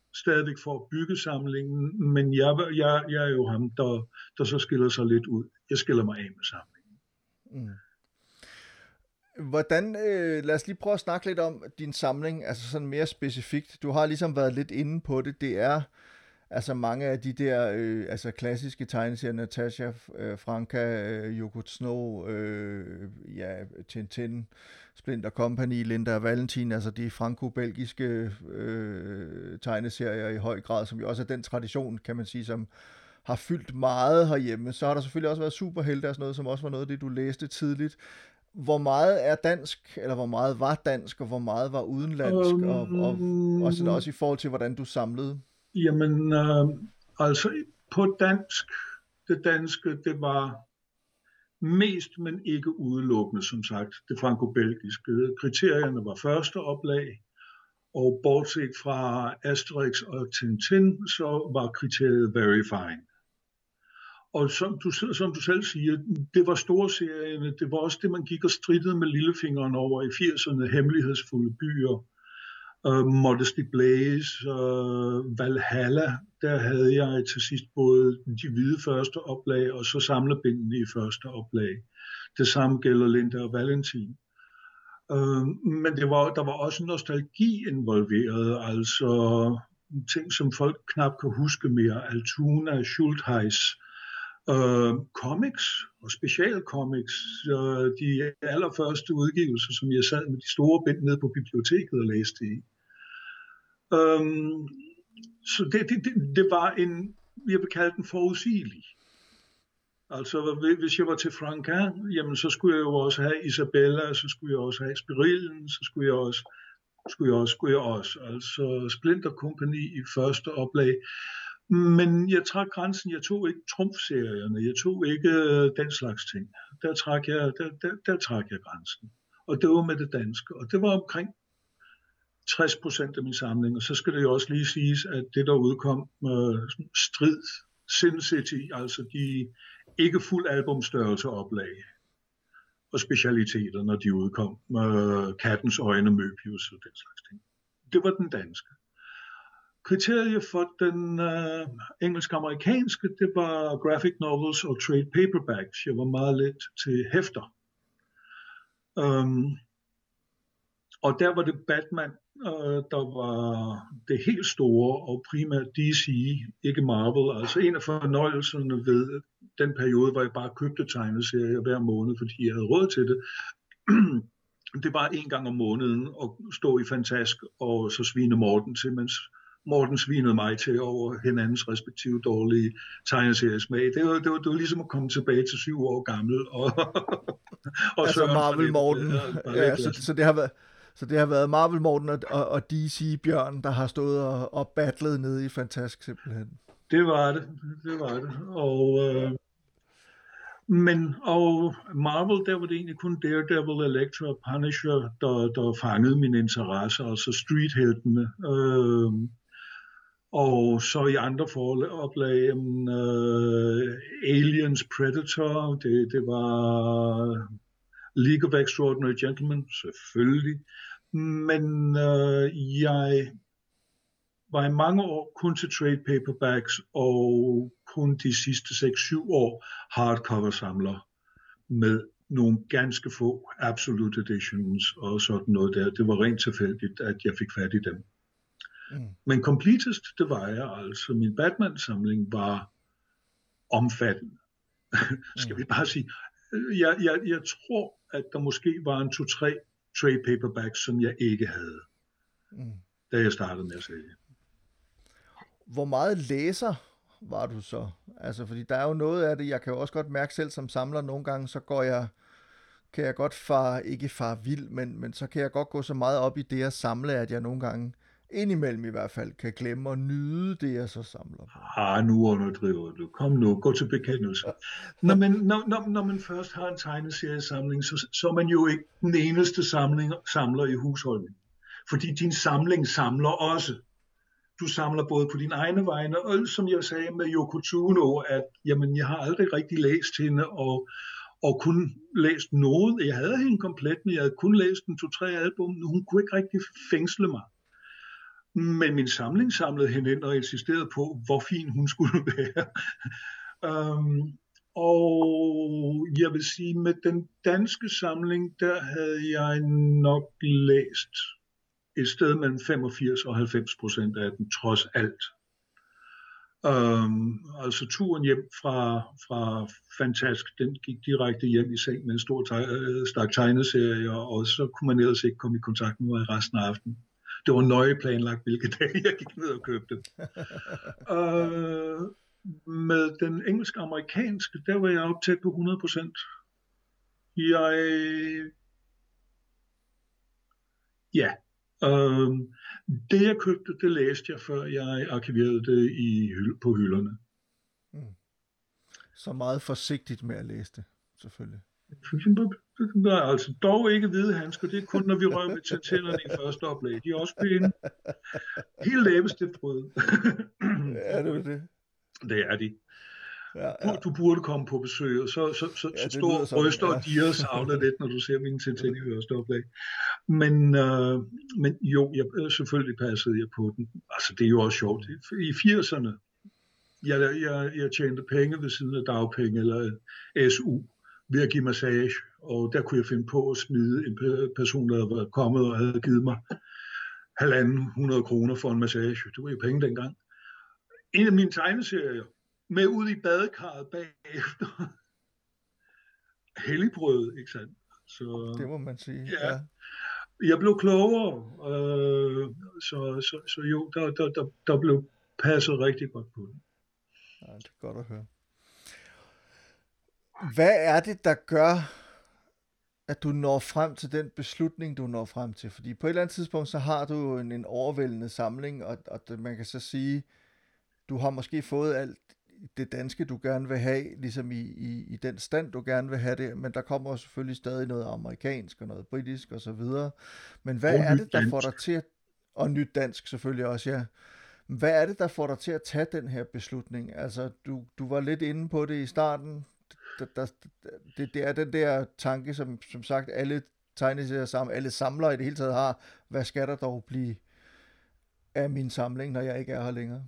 stadigvæk for at bygge samlingen, men jeg er jo ham, der så skiller sig lidt ud. Jeg skiller mig af med samlingen. Mm. Hvordan, lad os lige prøve at snakke lidt om din samling, altså sådan mere specifikt. Du har ligesom været lidt inde på det. Det er altså mange af de der altså klassiske tegneserier, Natasha, Franka, Yoko Tsuno, ja, Tintin, Splinter Company, Linda og Valentin, altså de franco-belgiske tegneserier i høj grad, som jo også er den tradition, kan man sige, som har fyldt meget herhjemme. Så har der selvfølgelig også været superhelte og sådan noget, som også var noget af det, du læste tidligt. Hvor meget er dansk, eller hvor meget var dansk, og hvor meget var udenlandsk, og sådan også i forhold til, hvordan du samlede? Jamen, altså på dansk, det danske, det var mest, men ikke udelukkende, som sagt, det franco-belgiske. Kriterierne var første oplag, og bortset fra Asterix og Tintin, så var kriteriet verifying. Og som du selv siger, det var storserierne, det var også det, man gik og strittede med lillefingeren over i 80'erne, hemmelighedsfulde byer, Modesty Blaze, Valhalla, der havde jeg til sidst både de hvide første oplag, og så samlebindene i første oplag. Det samme gælder Linda og Valentin. Men der var også nostalgi involveret, altså ting, som folk knap kan huske mere, Altuna, Schultheiss, comics og specialcomics, de allerførste udgivelser, som jeg sad med de store bind nede på biblioteket og læste i. Så det var jeg vil kalde den forudsigelig. Altså hvis jeg var til Franca, jamen så skulle jeg jo også have Isabella, så skulle jeg også have Spirillen, så skulle jeg også. Altså Splinter Company i første oplag. Men jeg trak grænsen, jeg tog ikke trumfserierne, jeg tog ikke den slags ting. Der trak jeg grænsen. Og det var med det danske, og det var omkring 60% af min samling, og så skal det jo også lige siges, at det der udkom Strid, Sin City, altså de ikke fuld albumstørrelse oplag og specialiteter, når de udkom, Kattens Øjne, Möbius og den slags ting. Det var den danske. Kriteriet for den engelsk-amerikanske, det var graphic novels og trade paperbacks. Jeg var meget lidt til hæfter. Og der var det Batman, der var det helt store, og primært DC, ikke Marvel. Altså en af fornøjelserne ved den periode, hvor jeg bare købte tegneserier hver måned, fordi jeg havde råd til det. Det var en gang om måneden at stå i Fantask og så svine Morten til, mens Morten svinede mig til over hinandens respektive dårlige tegneseriesmag. Det var ligesom at komme tilbage til 7 år gammel. Og altså Marvel Morten. Ja, så det har været Marvel Morten og DC Bjørn, der har stået og battlet nede i Fantask simpelthen. Det var det. Og Marvel, der var det egentlig kun Daredevil, Elektra og Punisher, der fangede min interesse, altså streetheltene. Og så i andre oplag, Aliens, Predator, det var League of Extraordinary Gentlemen, selvfølgelig. Men jeg var i mange år kun til trade paperbacks, og kun de sidste 6-7 år hardcover samler med nogle ganske få absolute editions og sådan noget der. Det var rent tilfældigt, at jeg fik fat i dem. Men completest, det var jeg altså. Min Batman-samling var omfattende. Skal vi bare sige. Jeg tror, at der måske var en 2-3 trade paperbacks, som jeg ikke havde, da jeg startede med at sælge. Hvor meget læser var du så? Altså, fordi der er jo noget af det, jeg kan jo også godt mærke selv som samler nogle gange, så kan jeg godt ikke fare vild, men så kan jeg godt gå så meget op i det at samle, at jeg nogle gange indimellem i hvert fald kan glemme at nyde det, jeg så samler på. Nu underdriver du. Kom nu, gå til bekendelse. Når man først har en tegneseriesamling, så er man jo ikke den eneste samler i husholdningen. Fordi din samling samler også. Du samler både på dine egne vegne, og som jeg sagde med Yoko Tsuno, at jamen, jeg har aldrig rigtig læst hende, og kun læst noget. Jeg havde hende komplet, men jeg havde kun læst en 2-3 album. Hun kunne ikke rigtig fængsle mig. Men min samling samlede hende ind og insisterede på, hvor fin hun skulle være. Og jeg vil sige, med den danske samling, der havde jeg nok læst et sted mellem 85% og 90% af den, trods alt. Altså turen hjem fra Fantask, den gik direkte hjem i seng med en stor stak tegneserier, og så kunne man ellers ikke komme i kontakt med mig resten af aftenen. Det var nøje planlagt, hvilke dage jeg gik ned og købte. Med den engelsk-amerikanske, der var jeg optaget på 100%. Det jeg købte, det læste jeg, før jeg arkiverede det på hylderne. Så meget forsigtigt med at læse det, selvfølgelig. Altså dog ikke hvide handsker, det er kun når vi rører ved tænderne i første oplag. De er også pæne. Helt læbestiftsrøde. Er det det? Det er de. Ja. Du burde komme på besøg, og så står bryster og diger savler lidt, når du ser mine tænder i første oplag. Men jo, selvfølgelig passede jeg på den. Altså, det er jo også sjovt. I 80'erne, jeg tjente penge ved siden af dagpenge eller SU ved at give massage, og der kunne jeg finde på at smide en person, der var kommet og havde givet mig 1.500 kroner for en massage. Det var jo penge dengang. En af mine tegneserier, med ud i badekarret bagefter. Helligbrød, ikke sandt? Så, det må man sige. Ja. Jeg blev klogere, så jo, der blev passet rigtig godt på den. Ja, det er godt at høre. Hvad er det, der gør, at du når frem til den beslutning, du når frem til? Fordi på et eller andet tidspunkt, så har du en overvældende samling, og man kan så sige, du har måske fået alt det danske, du gerne vil have, ligesom i den stand, du gerne vil have det, men der kommer selvfølgelig stadig noget amerikansk og noget britisk og så videre. Men hvad er det, der får dig til at, og nyt dansk selvfølgelig også, ja. Hvad er det, der får dig til at tage den her beslutning? Altså, du var lidt inde på det i starten. Det er den der tanke, som sagt, alle tegneserier sammen, alle samlere i det hele taget har. Hvad skal der dog blive af min samling, når jeg ikke er her længere?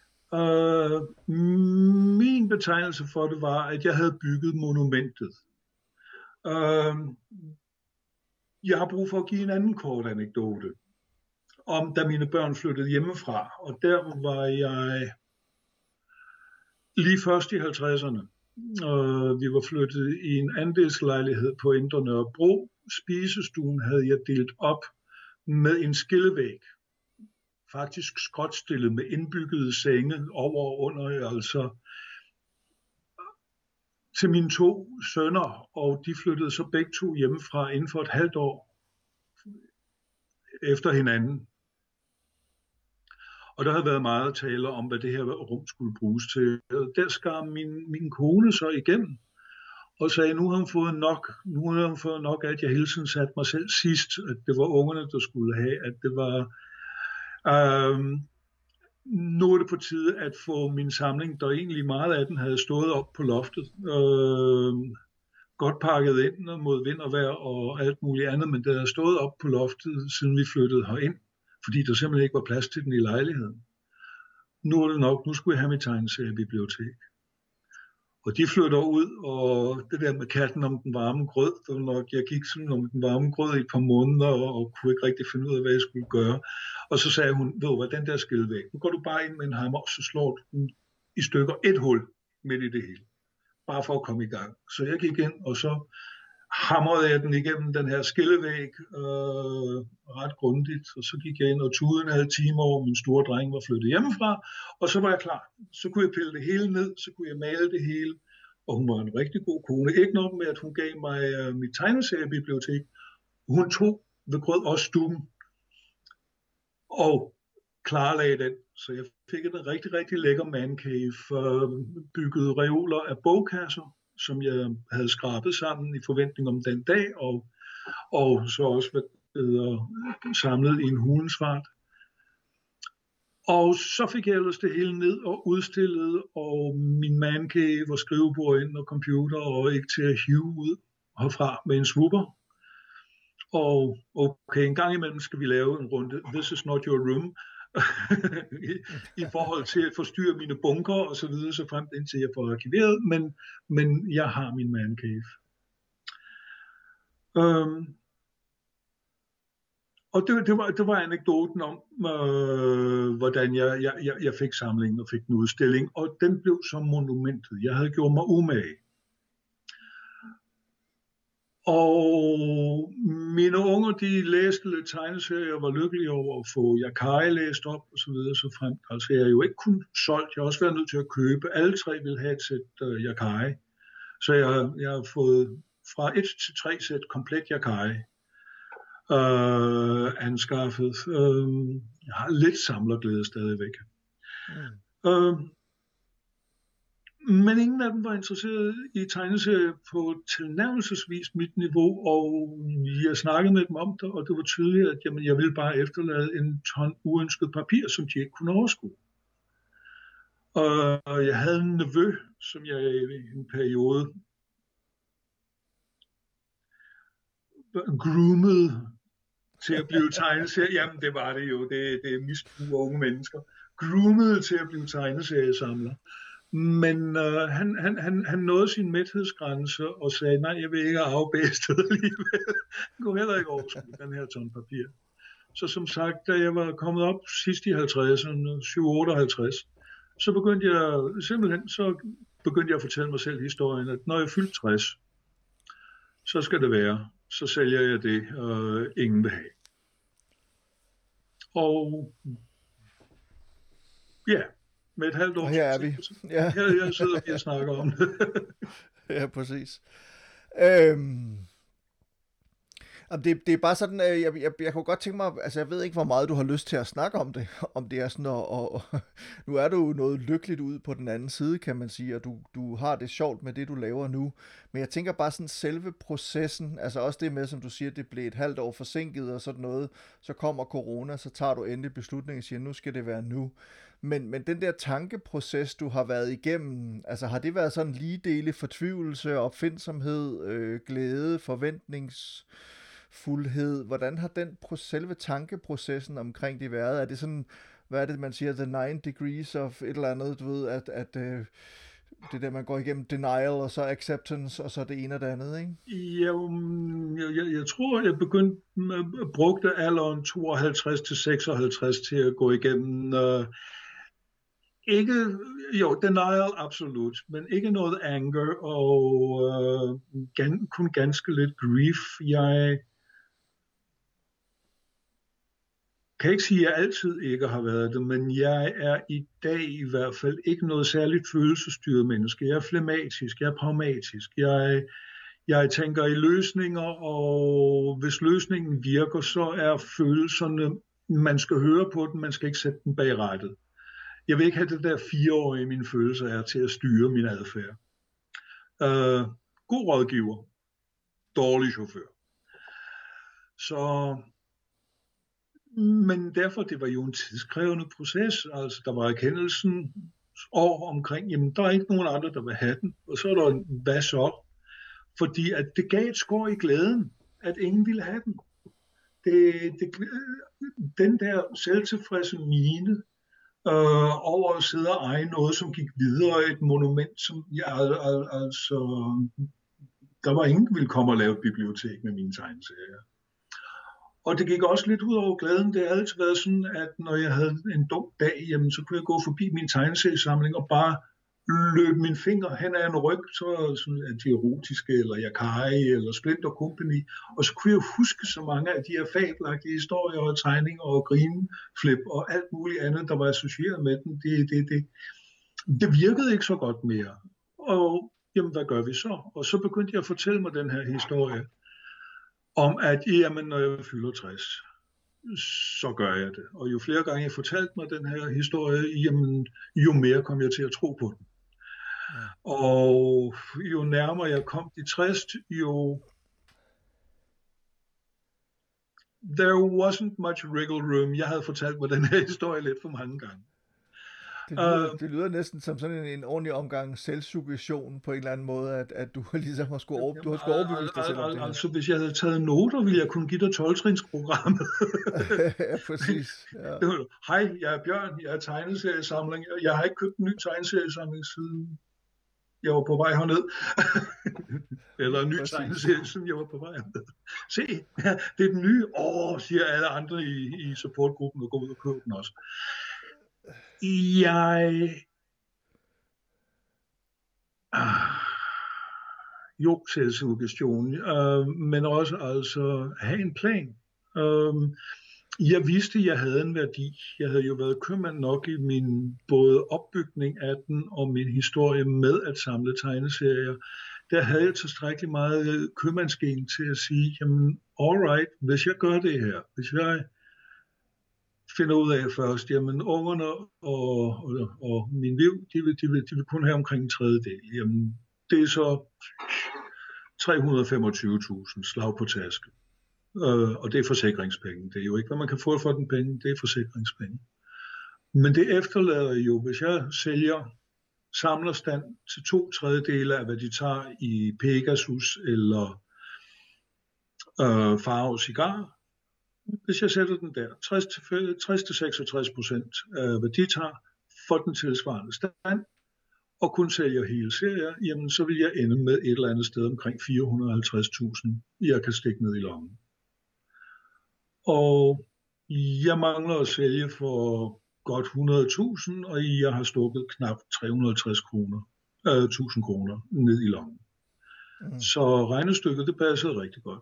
Min betegnelse for det var, at jeg havde bygget monumentet. Jeg har brug for at give en anden kort anekdote om, da mine børn flyttede hjemmefra, og der var jeg lige først i 50'erne. Vi var flyttet i en andelslejlighed på Indre Nørrebro. Spisestuen havde jeg delt op med en skillevæg. Faktisk skråtstillet med indbyggede senge over og under, altså til mine 2 sønner, og de flyttede så begge 2 hjemmefra inden for et halvt år efter hinanden. Og der havde været meget tale om, hvad det her rum skulle bruges til. Der skar min kone så igennem og sagde, nu har hun fået nok, at jeg hele tiden satte mig selv sidst, at det var ungerne, der skulle have, at det var... Nu er det på tide at få min samling, der egentlig meget af den havde stået op på loftet, godt pakket ind mod vind og vejr og alt muligt andet, men det havde stået op på loftet, siden vi flyttede herind, fordi der simpelthen ikke var plads til den i lejligheden. Nu er det nok, nu skulle jeg have mit tegneseriebibliotek. Og de flytter ud, og det der med katten om den varme grød, det var nok, jeg gik sådan om den varme grød i et par måneder, og kunne ikke rigtig finde ud af, hvad jeg skulle gøre. Og så sagde hun, ved du hvad, den der skillevæg, nu går du bare ind med en hammer, og så slår du den i stykker, et hul midt i det hele. Bare for at komme i gang. Så jeg gik ind, og så hamrede jeg den igennem den her skillevæg ret grundigt, og så gik jeg ind, og tuden havde timer over, min store dreng var flyttet hjemmefra, og så var jeg klar. Så kunne jeg pille det hele ned, så kunne jeg male det hele, og hun var en rigtig god kone. Ikke nok med, at hun gav mig mit tegneseriebibliotek, hun tog ved grød også stuen, og klarlagde den, så jeg fik en rigtig, rigtig lækker mancave, bygget reoler af bogkasser, som jeg havde skrabet sammen i forventning om den dag, og så også samlet i en hulensvart. Og så fik jeg ellers det hele ned og udstillet, og min mancave og skrivebord ind og computer, og ikke til at hive ud herfra med en swooper. Og okay, en gang imellem skal vi lave en runde, this is not your room, i forhold til at forstyrre mine bunker og så videre, så frem indtil jeg får arkiveret, men jeg har min man cave. Og det var anekdoten om, hvordan jeg fik samlingen og fik en udstilling, og den blev som monumentet. Jeg havde gjort mig umage. Og mine unger, de læste lidt tegneserier og var lykkelige over at få Yakai læst op og så videre så frem. Altså jeg er jo ikke kun solgt, jeg har også været nødt til at købe. Alle tre vil have et sæt Yakai. Så jeg har fået fra 1 til 3 sæt komplet Yakai anskaffet. Jeg har lidt samlerglæde stadigvæk. Men ingen af dem var interesseret i tegneserier på tilnærmelsesvis mit niveau, og jeg snakkede med dem om det, og det var tydeligt, at jeg ville bare efterlade en ton uønsket papir, som de ikke kunne overskue. Og jeg havde en nevø, som jeg i en periode groomede til at blive tegneserie. Jamen, det var det jo. Det er misbrug af unge mennesker. Groomede til at blive tegneseriesamler. Men han nåede sin mæthedsgrænse og sagde, nej, jeg vil ikke arve bedstedet alligevel. Det kunne heller ikke overskue den her ton papir. Så som sagt, da jeg var kommet op sidst i 50'erne, 58, så begyndte jeg at fortælle mig selv historien, at når jeg fyldte 60, så skal det være. Så sælger jeg det, ingen vil have. Og ja, med et halvt år. Og her er vi. Ja. Her jeg sidder vi og snakker om det. Ja, præcis. Det er bare sådan, jeg kunne godt tænke mig, altså jeg ved ikke, hvor meget du har lyst til at snakke om det, om det er sådan, og nu er du jo noget lykkeligt ude på den anden side, kan man sige, og du har det sjovt med det, du laver nu, men jeg tænker bare sådan selve processen, altså også det med, som du siger, det blev et halvt år forsinket og sådan noget, så kommer corona, så tager du endelig beslutningen og siger, nu skal det være nu, men den der tankeproces, du har været igennem, altså har det været sådan lige dele fortvivlelse, opfindsomhed, glæde, forventningsfuldhed? Hvordan har den selve tankeprocessen omkring det været? Er det sådan, hvad er det, man siger, the 9 degrees of et eller andet, du ved, at det der, man går igennem denial, og så acceptance, og så det ene og det andet, ikke? Jeg tror, jeg brugte alderen 52 til 56 til at gå igennem ikke, jo, denial absolut, men ikke noget anger, og kun ganske lidt grief. Jeg kan ikke sige, at jeg altid ikke har været det, men jeg er i dag i hvert fald ikke noget særligt følelsesstyret menneske. Jeg er flegmatisk, jeg er pragmatisk, jeg tænker i løsninger, og hvis løsningen virker, så er følelserne, man skal høre på den, man skal ikke sætte den bag rattet. Jeg vil ikke have det der 4-årige, mine følelser er til at styre min adfærd. God rådgiver, dårlig chauffør. Så, men derfor, det var jo en tidskrævende proces. Altså, der var erkendelsen år omkring, jamen, der er ikke nogen andre, der vil have den. Og så er der, hvad så? Fordi at det gav et skår i glæden, at ingen ville have den. Den der selvtilfredse mine, over at sidde og eje noget, som gik videre, et monument, som der var ingen, der ville komme og lave et bibliotek med mine tegneserier. Og det gik også lidt ud over glæden. Det har altid været sådan, at når jeg havde en dum dag, jamen, så kunne jeg gå forbi min tegneseriesamling og bare løbe mine fingre hen ad en ryg, så sådan anti-erotiske, eller Yakai, eller Splinter Company, og så kunne jeg huske så mange af de her fabelagtige historier og tegninger og grineflip og alt muligt andet, der var associeret med den. Det virkede ikke så godt mere. Og jamen, hvad gør vi så? Og så begyndte jeg at fortælle mig den her historie om, at jamen, når jeg fylder 60, så gør jeg det. Og jo flere gange jeg fortalte mig den her historie, jamen, jo mere kom jeg til at tro på den. Ja. Og jo nærmere jeg kom de 60, jo there wasn't much wriggle room. Jeg havde fortalt mig den her historie lidt for mange gange. Det lyder næsten som sådan en ordentlig omgang selvsuggestion på en eller anden måde, at du ligesom har skulle overbevise dig selv om det her. Altså, hvis jeg havde taget noter, ville jeg kunne give dig 12-trinsprogrammet. Ja, præcis. Ja. Hej, jeg er Bjørn, jeg er tegneseriesamling. Jeg har ikke købt en ny tegneseriesamling siden jeg var på vej herned. Eller en ny tegneserie, siden jeg var på vej herned. Se, det er den nye. Siger alle andre i supportgruppen, og går ud og køber den også. Jo, selvsuggestion, men også altså have en plan. Jeg vidste, at jeg havde en værdi. Jeg havde jo været købmand nok i min både opbygning af den og min historie med at samle tegneserier. Der havde jeg tilstrækkeligt meget købmandsgen til at sige, jamen, alright, hvis jeg gør det her, hvis jeg finder ud af først, jamen, ungerne og min liv, de vil kun have omkring en tredjedel. Jamen, det er så 325.000 slag på tasken. Og det er forsikringspenge. Det er jo ikke, hvad man kan få for den penge, det er forsikringspenge. Men det efterlader jo, hvis jeg sælger samlerstand til 2/3 af, hvad de tager i Pegasus eller Faro Cigar, hvis jeg sætter den der, 60-66% af, hvad de tager for den tilsvarende stand, og kun sælger hele serier, jamen så vil jeg ende med et eller andet sted omkring 450.000, jeg kan stikke ned i lommen. Og jeg mangler at sælge for godt 100.000, og jeg har stukket knap 360.000 kroner ned i lommen. Så regnestykket, det passede rigtig godt.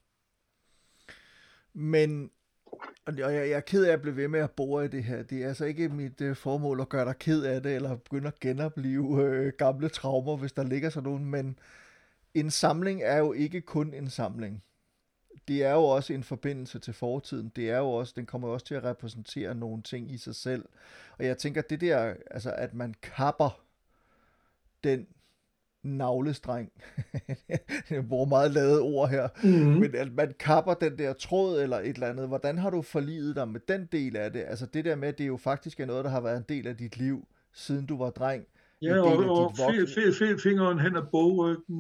Men, og jeg er ked af at blive ved med at bore i det her. Det er altså ikke mit formål at gøre dig ked af det, eller begynde at genopleve gamle traumer, hvis der ligger sådan nogen, men en samling er jo ikke kun en samling. Det er jo også en forbindelse til fortiden. Det er jo også, den kommer også til at repræsentere nogle ting i sig selv. Og jeg tænker, det der, altså at man kapper den navlestreng, jeg bruger meget lavet ord her, men at man kapper den der tråd eller et eller andet. Hvordan har du forliget dig med den del af det? Altså det der med, at det jo faktisk er noget, der har været en del af dit liv, siden du var dreng. Ja, og fingeren hen ad bogryggen,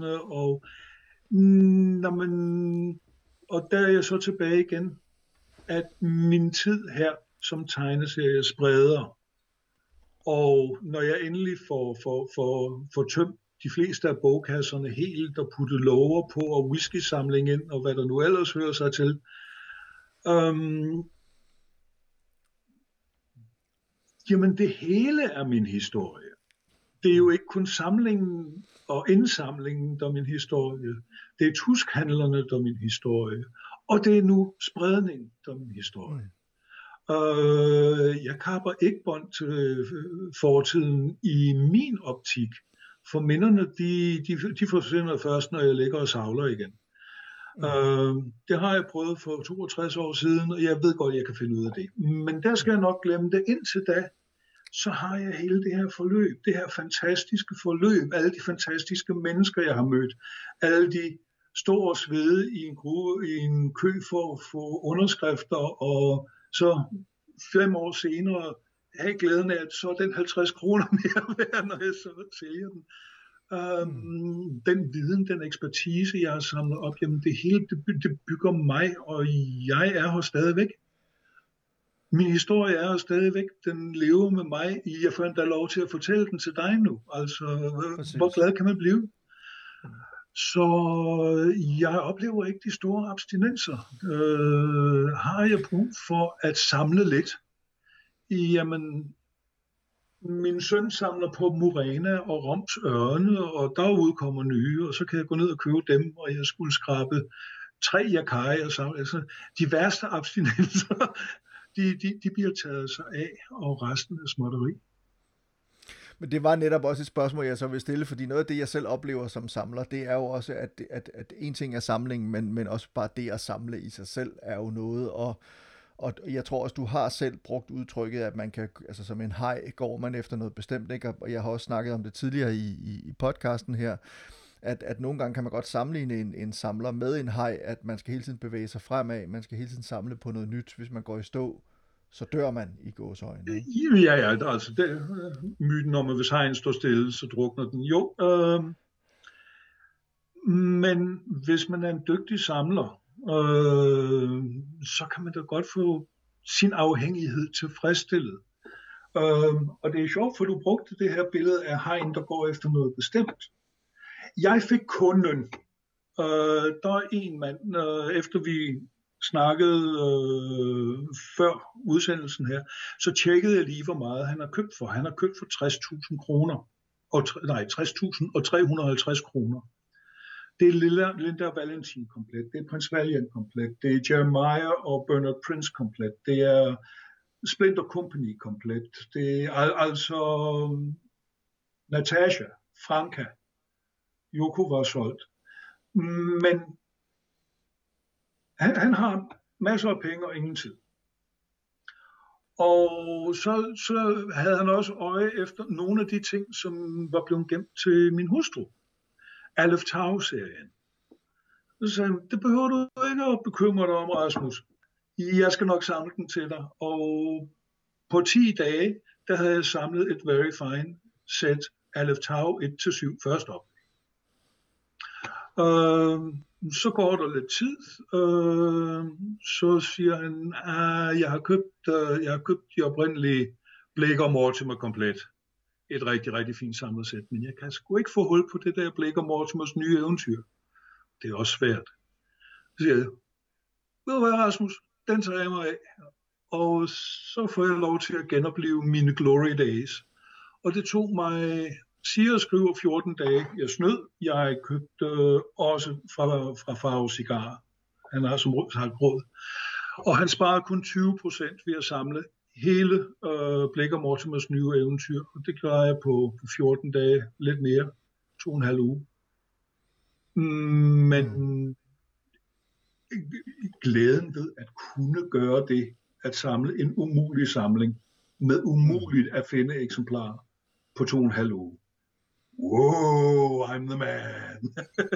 og der er jeg så tilbage igen, at min tid her som tegneserie spreder, og når jeg endelig får tømt de fleste af bogkasserne helt og puttet lover på og whisky-samling ind, og hvad der nu ellers hører sig til, jamen det hele er min historie. Det er jo ikke kun samlingen og indsamlingen, der er min historie. Det er tuskhandlerne, der er min historie. Og det er nu spredning, der er min historie. Jeg kapper ikke bånd til fortiden i min optik, for minderne, de forsvinder først, når jeg ligger og savler igen. Det har jeg prøvet for 62 år siden, og jeg ved godt, at jeg kan finde ud af det. Men der skal jeg nok glemme det. Indtil da, så har jeg hele det her forløb, det her fantastiske forløb, alle de fantastiske mennesker, jeg har mødt, alle de store svede i en kø for at få underskrifter, og så 5 år senere have glæden af, at så er den 50 kroner mere værd, når jeg så sælger den. Den viden, den ekspertise, jeg har samlet op, jamen det hele, det bygger mig, og jeg er her stadigvæk. Min historie er her stadigvæk, den lever med mig. Jeg får endda lov til at fortælle den til dig nu. Altså, hvor glad kan man blive? Så jeg oplever ikke de store abstinenser. Har jeg brug for at samle lidt? Jamen, min søn samler på Murena og Roms ørne, og der udkommer nye, og så kan jeg gå ned og købe dem, og jeg skulle skrabe 3 yakai og samle. Altså, de værste abstinenser, de bliver taget sig af, og resten er småtteri. Men det var netop også et spørgsmål, jeg så vil stille, fordi noget af det, jeg selv oplever som samler, det er jo også, at en ting er samlingen, men også bare det at samle i sig selv er jo noget, og jeg tror også, du har selv brugt udtrykket, at man kan, altså som en haj, går man efter noget bestemt, ikke? Og jeg har også snakket om det tidligere i podcasten her, at nogle gange kan man godt sammenligne en samler med en haj, at man skal hele tiden bevæge sig fremad, man skal hele tiden samle på noget nyt. Hvis man går i stå, så dør man i gåseøjne, ikke? Ja, altså det, myten om, at hvis hegn står stille, så drukner den. Jo, men hvis man er en dygtig samler, så kan man da godt få sin afhængighed tilfredsstillet. Og det er sjovt, for du brugte det her billede af hegn, der går efter noget bestemt. Jeg fik kunden. Der er en mand, efter vi snakkede før udsendelsen her, så tjekkede jeg lige, hvor meget han har købt for. Han har købt for 60.000 kroner. 60.350 kroner. Det er Linda Valentin komplet, det er Prins Valiant komplet, det er Jeremiah og Bernard Prince komplet, det er Splinter Company komplet, det er altså Natasha, Franka, Yoko var solgt. Men han har masser af penge og ingen tid. Og så havde han også øje efter nogle af de ting, som var blevet gemt til min hustru. Aleph Tau-serien. Så sagde han, det behøver du ikke at bekymre dig om, Rasmus. Jeg skal nok samle den til dig. Og på 10 dage, der havde jeg samlet et very fine sæt Aleph Tau 1-7 først op. Så går der lidt tid, så siger han, jeg har købt de oprindelige Blake & Mortimer komplet. Et rigtig, rigtig fint samlet sæt, men jeg kan sgu ikke få hul på det der Blake & Mortimers nye eventyr. Det er også svært. Så siger jeg, ved du hvad, Rasmus, den tager jeg mig af. Og så får jeg lov til at genopleve mine glory days. Og det tog mig, siger og skriver 14 dage. Jeg snød. Jeg købte også fra Faro Cigar. Han har som sagt råd. Og han sparede kun 20% ved at samle hele Blake & Mortimers nye eventyr. Og det klarer jeg på 14 dage, lidt mere, 2,5 uge. Men glæden ved at kunne gøre det, at samle en umulig samling med umuligt at finde eksemplarer på 2,5 uge. Wow, I'm the man.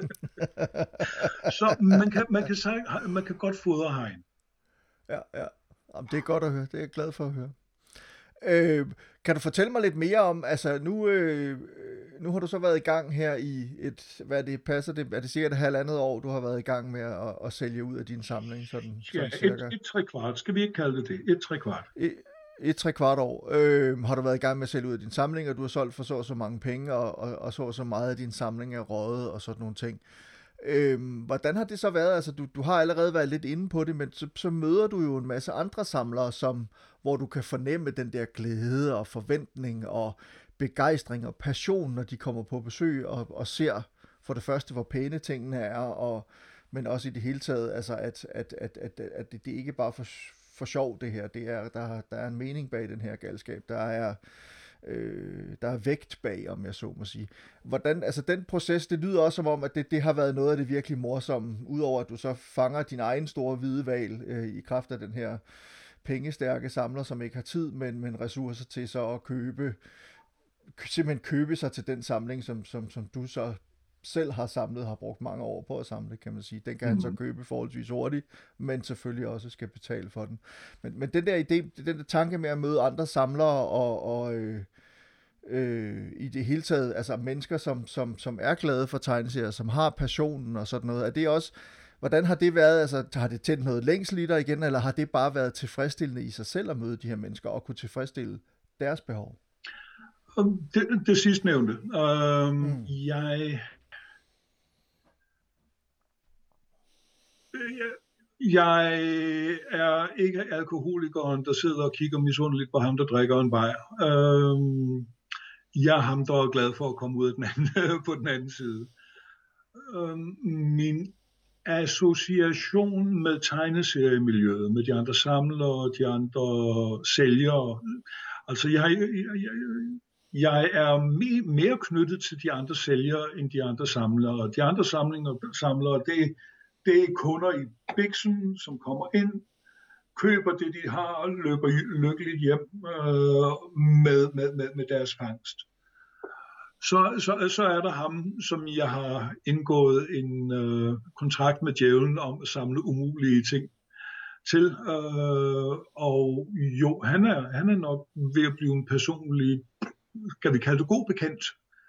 Så man kan godt fodre hegn. Ja. Jamen, det er godt at høre. Det er jeg glad for at høre. Kan du fortælle mig lidt mere om, altså nu har du så været i gang her i er det cirka et halvandet år, du har været i gang med at sælge ud af din samling? Sådan cirka. Et 3/4, skal vi ikke kalde det 1/3? Et 3/4 år har du været i gang med at sælge ud af din samling, og du har solgt for så mange penge, og så meget af din samling er røget og sådan nogle ting. Hvordan har det så været? Altså, du har allerede været lidt inde på det, men så møder du jo en masse andre samlere, hvor du kan fornemme den der glæde og forventning og begejstring og passion, når de kommer på besøg og ser for det første, hvor pæne tingene er, men også i det hele taget, altså at det ikke bare for sjov det her. Det er, der er en mening bag den her galskab. Der er vægt bag, om jeg så må sige. Hvordan, altså den proces, det lyder også som om, at det har været noget af det virkelig morsomme, udover at du så fanger din egen store hvide hval i kraft af den her pengestærke samler, som ikke har tid, men ressourcer til så at simpelthen købe sig til den samling, som du så selv har brugt mange år på at samle, kan man sige. Den kan han så købe forholdsvis hurtigt, men selvfølgelig også skal betale for den. Men den der idé, den der tanke med at møde andre samlere og i det hele taget, altså mennesker, som er glade for tegneserier, som har passionen og sådan noget, er det også, hvordan har det været, altså har det tændt noget længsel i dig igen, eller har det bare været tilfredsstillende i sig selv at møde de her mennesker og kunne tilfredsstille deres behov? Det sidstnævnte. Jeg er ikke alkoholikeren, der sidder og kigger misundeligt på ham, der drikker en bajer. Jeg er ham, der er glad for at komme ud af på den anden side. Min association med tegneseriemiljøet, med de andre samlere, de andre sælgere, altså jeg er mere knyttet til de andre sælgere end de andre samlere. De andre samlere, det er kunder i biksen, som kommer ind, køber det, de har, og løber lykkeligt hjem med deres fangst. Så er der ham, som jeg har indgået en kontrakt med djævlen om at samle umulige ting til. Og Jo, han er nok ved at blive en personlig, kan vi kalde det god bekendt,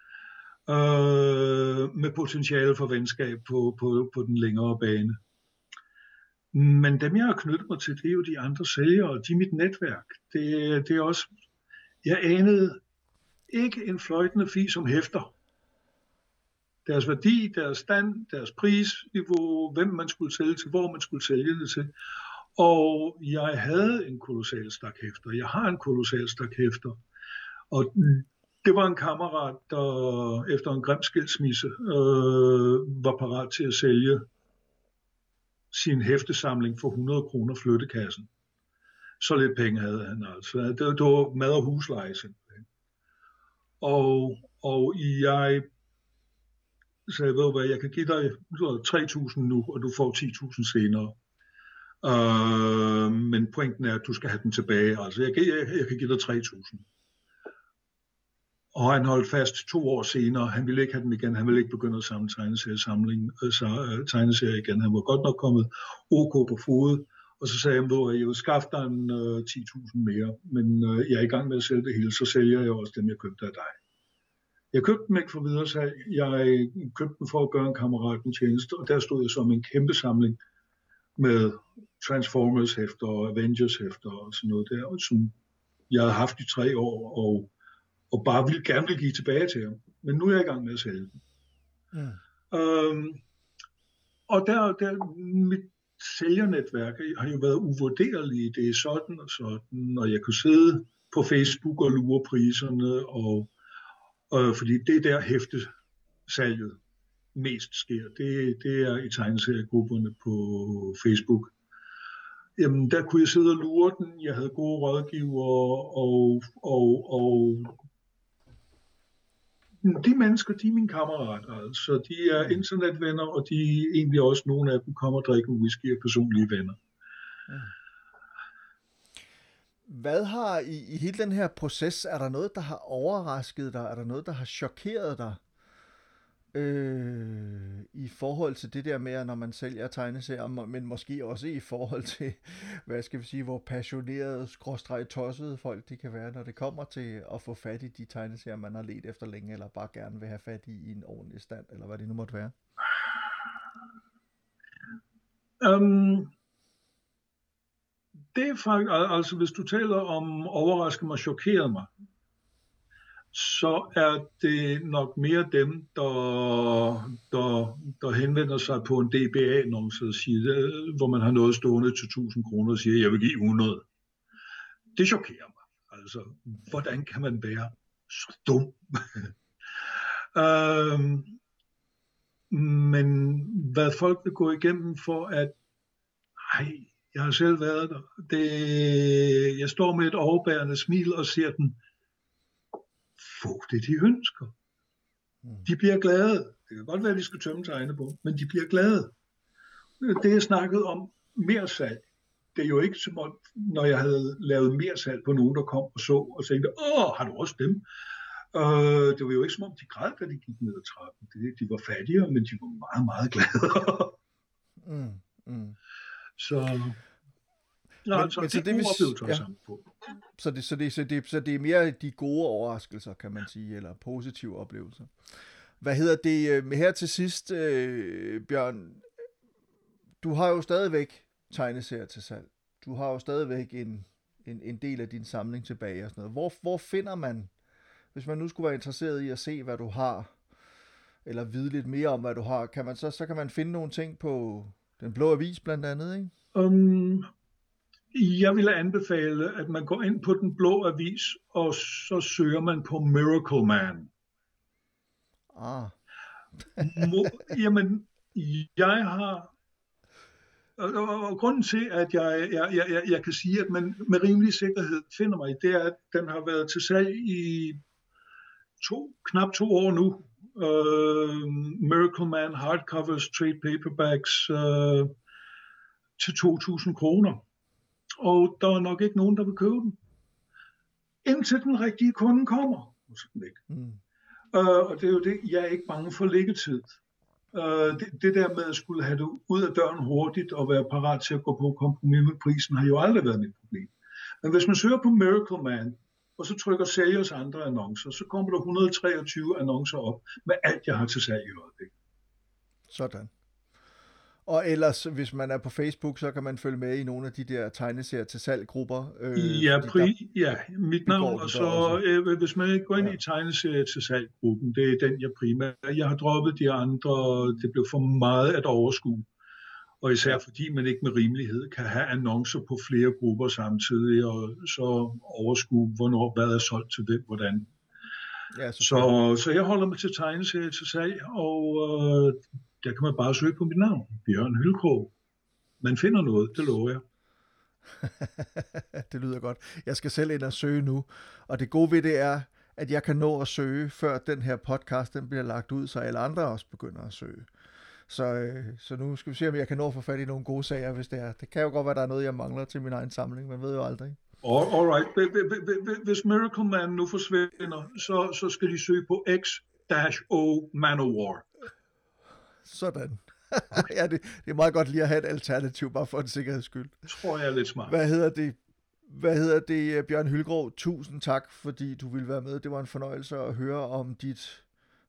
med potentiale for venskab på den længere bane. Men dem, jeg har knyttet mig til, det er jo de andre sælgere, de er mit netværk. Det er også, jeg anede ikke en fløjtende fis om hæfter. Deres værdi, deres stand, deres prisniveau, hvem man skulle sælge til, hvor man skulle sælge det til. Og jeg havde en kolossal stak hæfter. Jeg har en kolossal stak hæfter. Og det var en kammerat, der efter en grim skilsmisse var parat til at sælge sin hæftesamling for 100 kroner flyttekassen. Så lidt penge havde han altså. Det var mad og husleje simpelthen. Og jeg sagde, ved du hvad, jeg kan give dig 3.000 nu, og du får 10.000 senere. Men pointen er, at du skal have den tilbage. Altså, jeg kan give dig 3.000. Og han holdt fast 2 år senere. Han ville ikke have den igen. Han ville ikke begynde at samle tegneserier igen. Han var godt nok kommet OK på fod. Og så sagde han, at jeg vil skaffe dig 10.000 mere. Men jeg er i gang med at sælge det hele. Så sælger jeg også dem, jeg købte af dig. Jeg købte dem ikke for videresalg. Jeg købte dem for at gøre en kammerat en tjeneste. Og der stod jeg som en kæmpe samling med Transformers hæfter og Avengers hæfter og sådan noget der, som jeg havde haft i 3 år, og bare gerne ville give tilbage til ham. Men nu er jeg i gang med at sælge dem. Og der mit sælgernetværk har jo været uvurderligt. Det er sådan og sådan, og jeg kunne sidde på Facebook og lure priserne, og fordi det er der hæftesalget mest sker. Det er i tegneseriegrupperne på Facebook. Jamen, der kunne jeg sidde og lure den. Jeg havde gode rådgivere, og de mennesker, de er mine kammerater. Altså, de er internetvenner, og de er egentlig også nogle af dem kommer og drikker whisky og personlige venner. Hvad har i hele den her proces, er der noget, der har overrasket dig? Er der noget, der har chokeret dig? I forhold til det der med, når man sælger tegneserier, men måske også i forhold til, hvad skal vi sige, hvor passionerede, tossede folk de kan være, når det kommer til at få fat i de tegneserier, man har ledt efter længe, eller bare gerne vil have fat i en ordentlig stand, eller hvad det nu måtte være. Det er faktisk, altså hvis du taler om overraske mig, chokeret mig, så er det nok mere dem, der henvender sig på en DBA-annonce og siger, hvor man har noget stående til 1.000 kroner og siger, jeg vil give 100. Det chokerer mig. Altså, hvordan kan man være så dum? Men hvad folk vil gå igennem for at, jeg har selv været der. Jeg står med et overbærende smil og ser den, få det, de ønsker. De bliver glade. Det kan godt være, at de skal tømme tegnebogen, men de bliver glade. Det jeg snakkede om mere salg, det er jo ikke som om, når jeg havde lavet mere salg på nogen, der kom og så og tænkte, har du også dem? Det var jo ikke som om, de græd, da de gik ned ad trappen. De var fattigere, men de var meget, meget glade. Så... Men så det er mere de gode overraskelser, kan man sige, eller positive oplevelser. Hvad hedder det her til sidst, Bjørn? Du har jo stadigvæk tegneserier til salg. Du har jo stadigvæk en del af din samling tilbage og sådan noget. Hvor finder man, hvis man nu skulle være interesseret i at se, hvad du har, eller vide lidt mere om, hvad du har, kan man så kan man finde nogle ting på Den Blå Avis blandt andet, ikke? Jeg vil anbefale, at man går ind på Den Blå Avis, og så søger man på Miracle Man. Jamen, jeg har... Og grunden til, at jeg kan sige, at man med rimelig sikkerhed finder mig, det er, at den har været til salg i knap 2 år nu. Miracle Man hardcovers, trade paperbacks til 2.000 kroner. Og der er nok ikke nogen, der vil købe den. Indtil den rigtige kunde kommer. Og det er jo det, jeg er ikke bange for liggetid. Det der med at skulle have det ud af døren hurtigt og være parat til at gå på kompromis med prisen, har jo aldrig været mit problem. Men hvis man søger på Miracle Man, og så trykker sælgers andre annoncer, så kommer der 123 annoncer op med alt, jeg har til salg i øjeblikket. Sådan. Og ellers, hvis man er på Facebook, så kan man følge med i nogle af de der tegneserier til salggrupper. Mit navn, og så hvis man ikke går ind i tegneserier til salggruppen, det er den, jeg primært. Jeg har droppet de andre, det blev for meget at overskue. Og især fordi man ikke med rimelighed kan have annoncer på flere grupper samtidig, og så overskue, hvad er solgt til hvem, hvordan. Ja, så jeg holder mig til tegneserier til salg, og der kan man bare søge på mit navn, Bjørn Hylkrog. Man finder noget, det lover jeg. Det lyder godt. Jeg skal selv ind og søge nu, og det gode ved det er, at jeg kan nå at søge, før den her podcast den bliver lagt ud, så alle andre også begynder at søge. Så nu skal vi se, om jeg kan nå at få fat i nogle gode sager, hvis det er. Det kan jo godt være, der er noget, jeg mangler til min egen samling, man ved jo aldrig. Alright. Hvis Miracle Man nu forsvinder, så skal de søge på X-O Manowar. Sådan. Ja, det er meget godt lige at have et alternativ, bare for en sikkerheds skyld. Tror jeg er lidt smart. Hvad hedder det, Bjørn Hylkrog? Tusind tak, fordi du ville være med. Det var en fornøjelse at høre om dit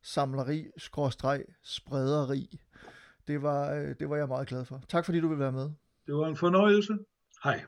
samleri/sprederi. Det var jeg meget glad for. Tak fordi du ville være med. Det var en fornøjelse. Hej.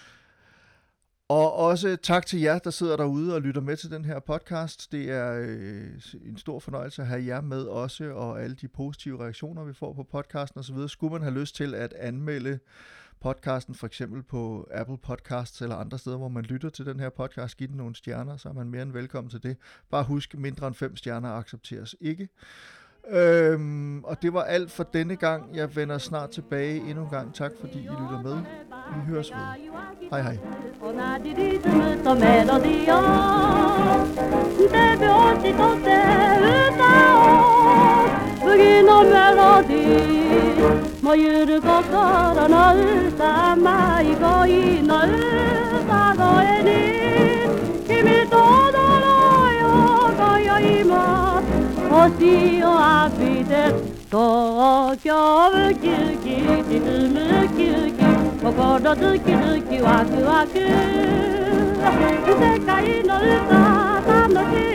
Og også tak til jer, der sidder derude og lytter med til den her podcast. Det er en stor fornøjelse at have jer med også, og alle de positive reaktioner, vi får på podcasten osv. Skulle man have lyst til at anmelde podcasten, for eksempel på Apple Podcasts eller andre steder, hvor man lytter til den her podcast, giv den nogle stjerner, så er man mere end velkommen til det. Bare husk, mindre end 5 stjerner accepteres ikke. Og det var alt for denne gang. Jeg vender snart tilbage endnu en gang. Tak fordi I lytter med. Vi høres ved. Hej hej. 星を浴びて東京ウキウキリズムウキウキ心ズキズキワクワク世界の歌楽しい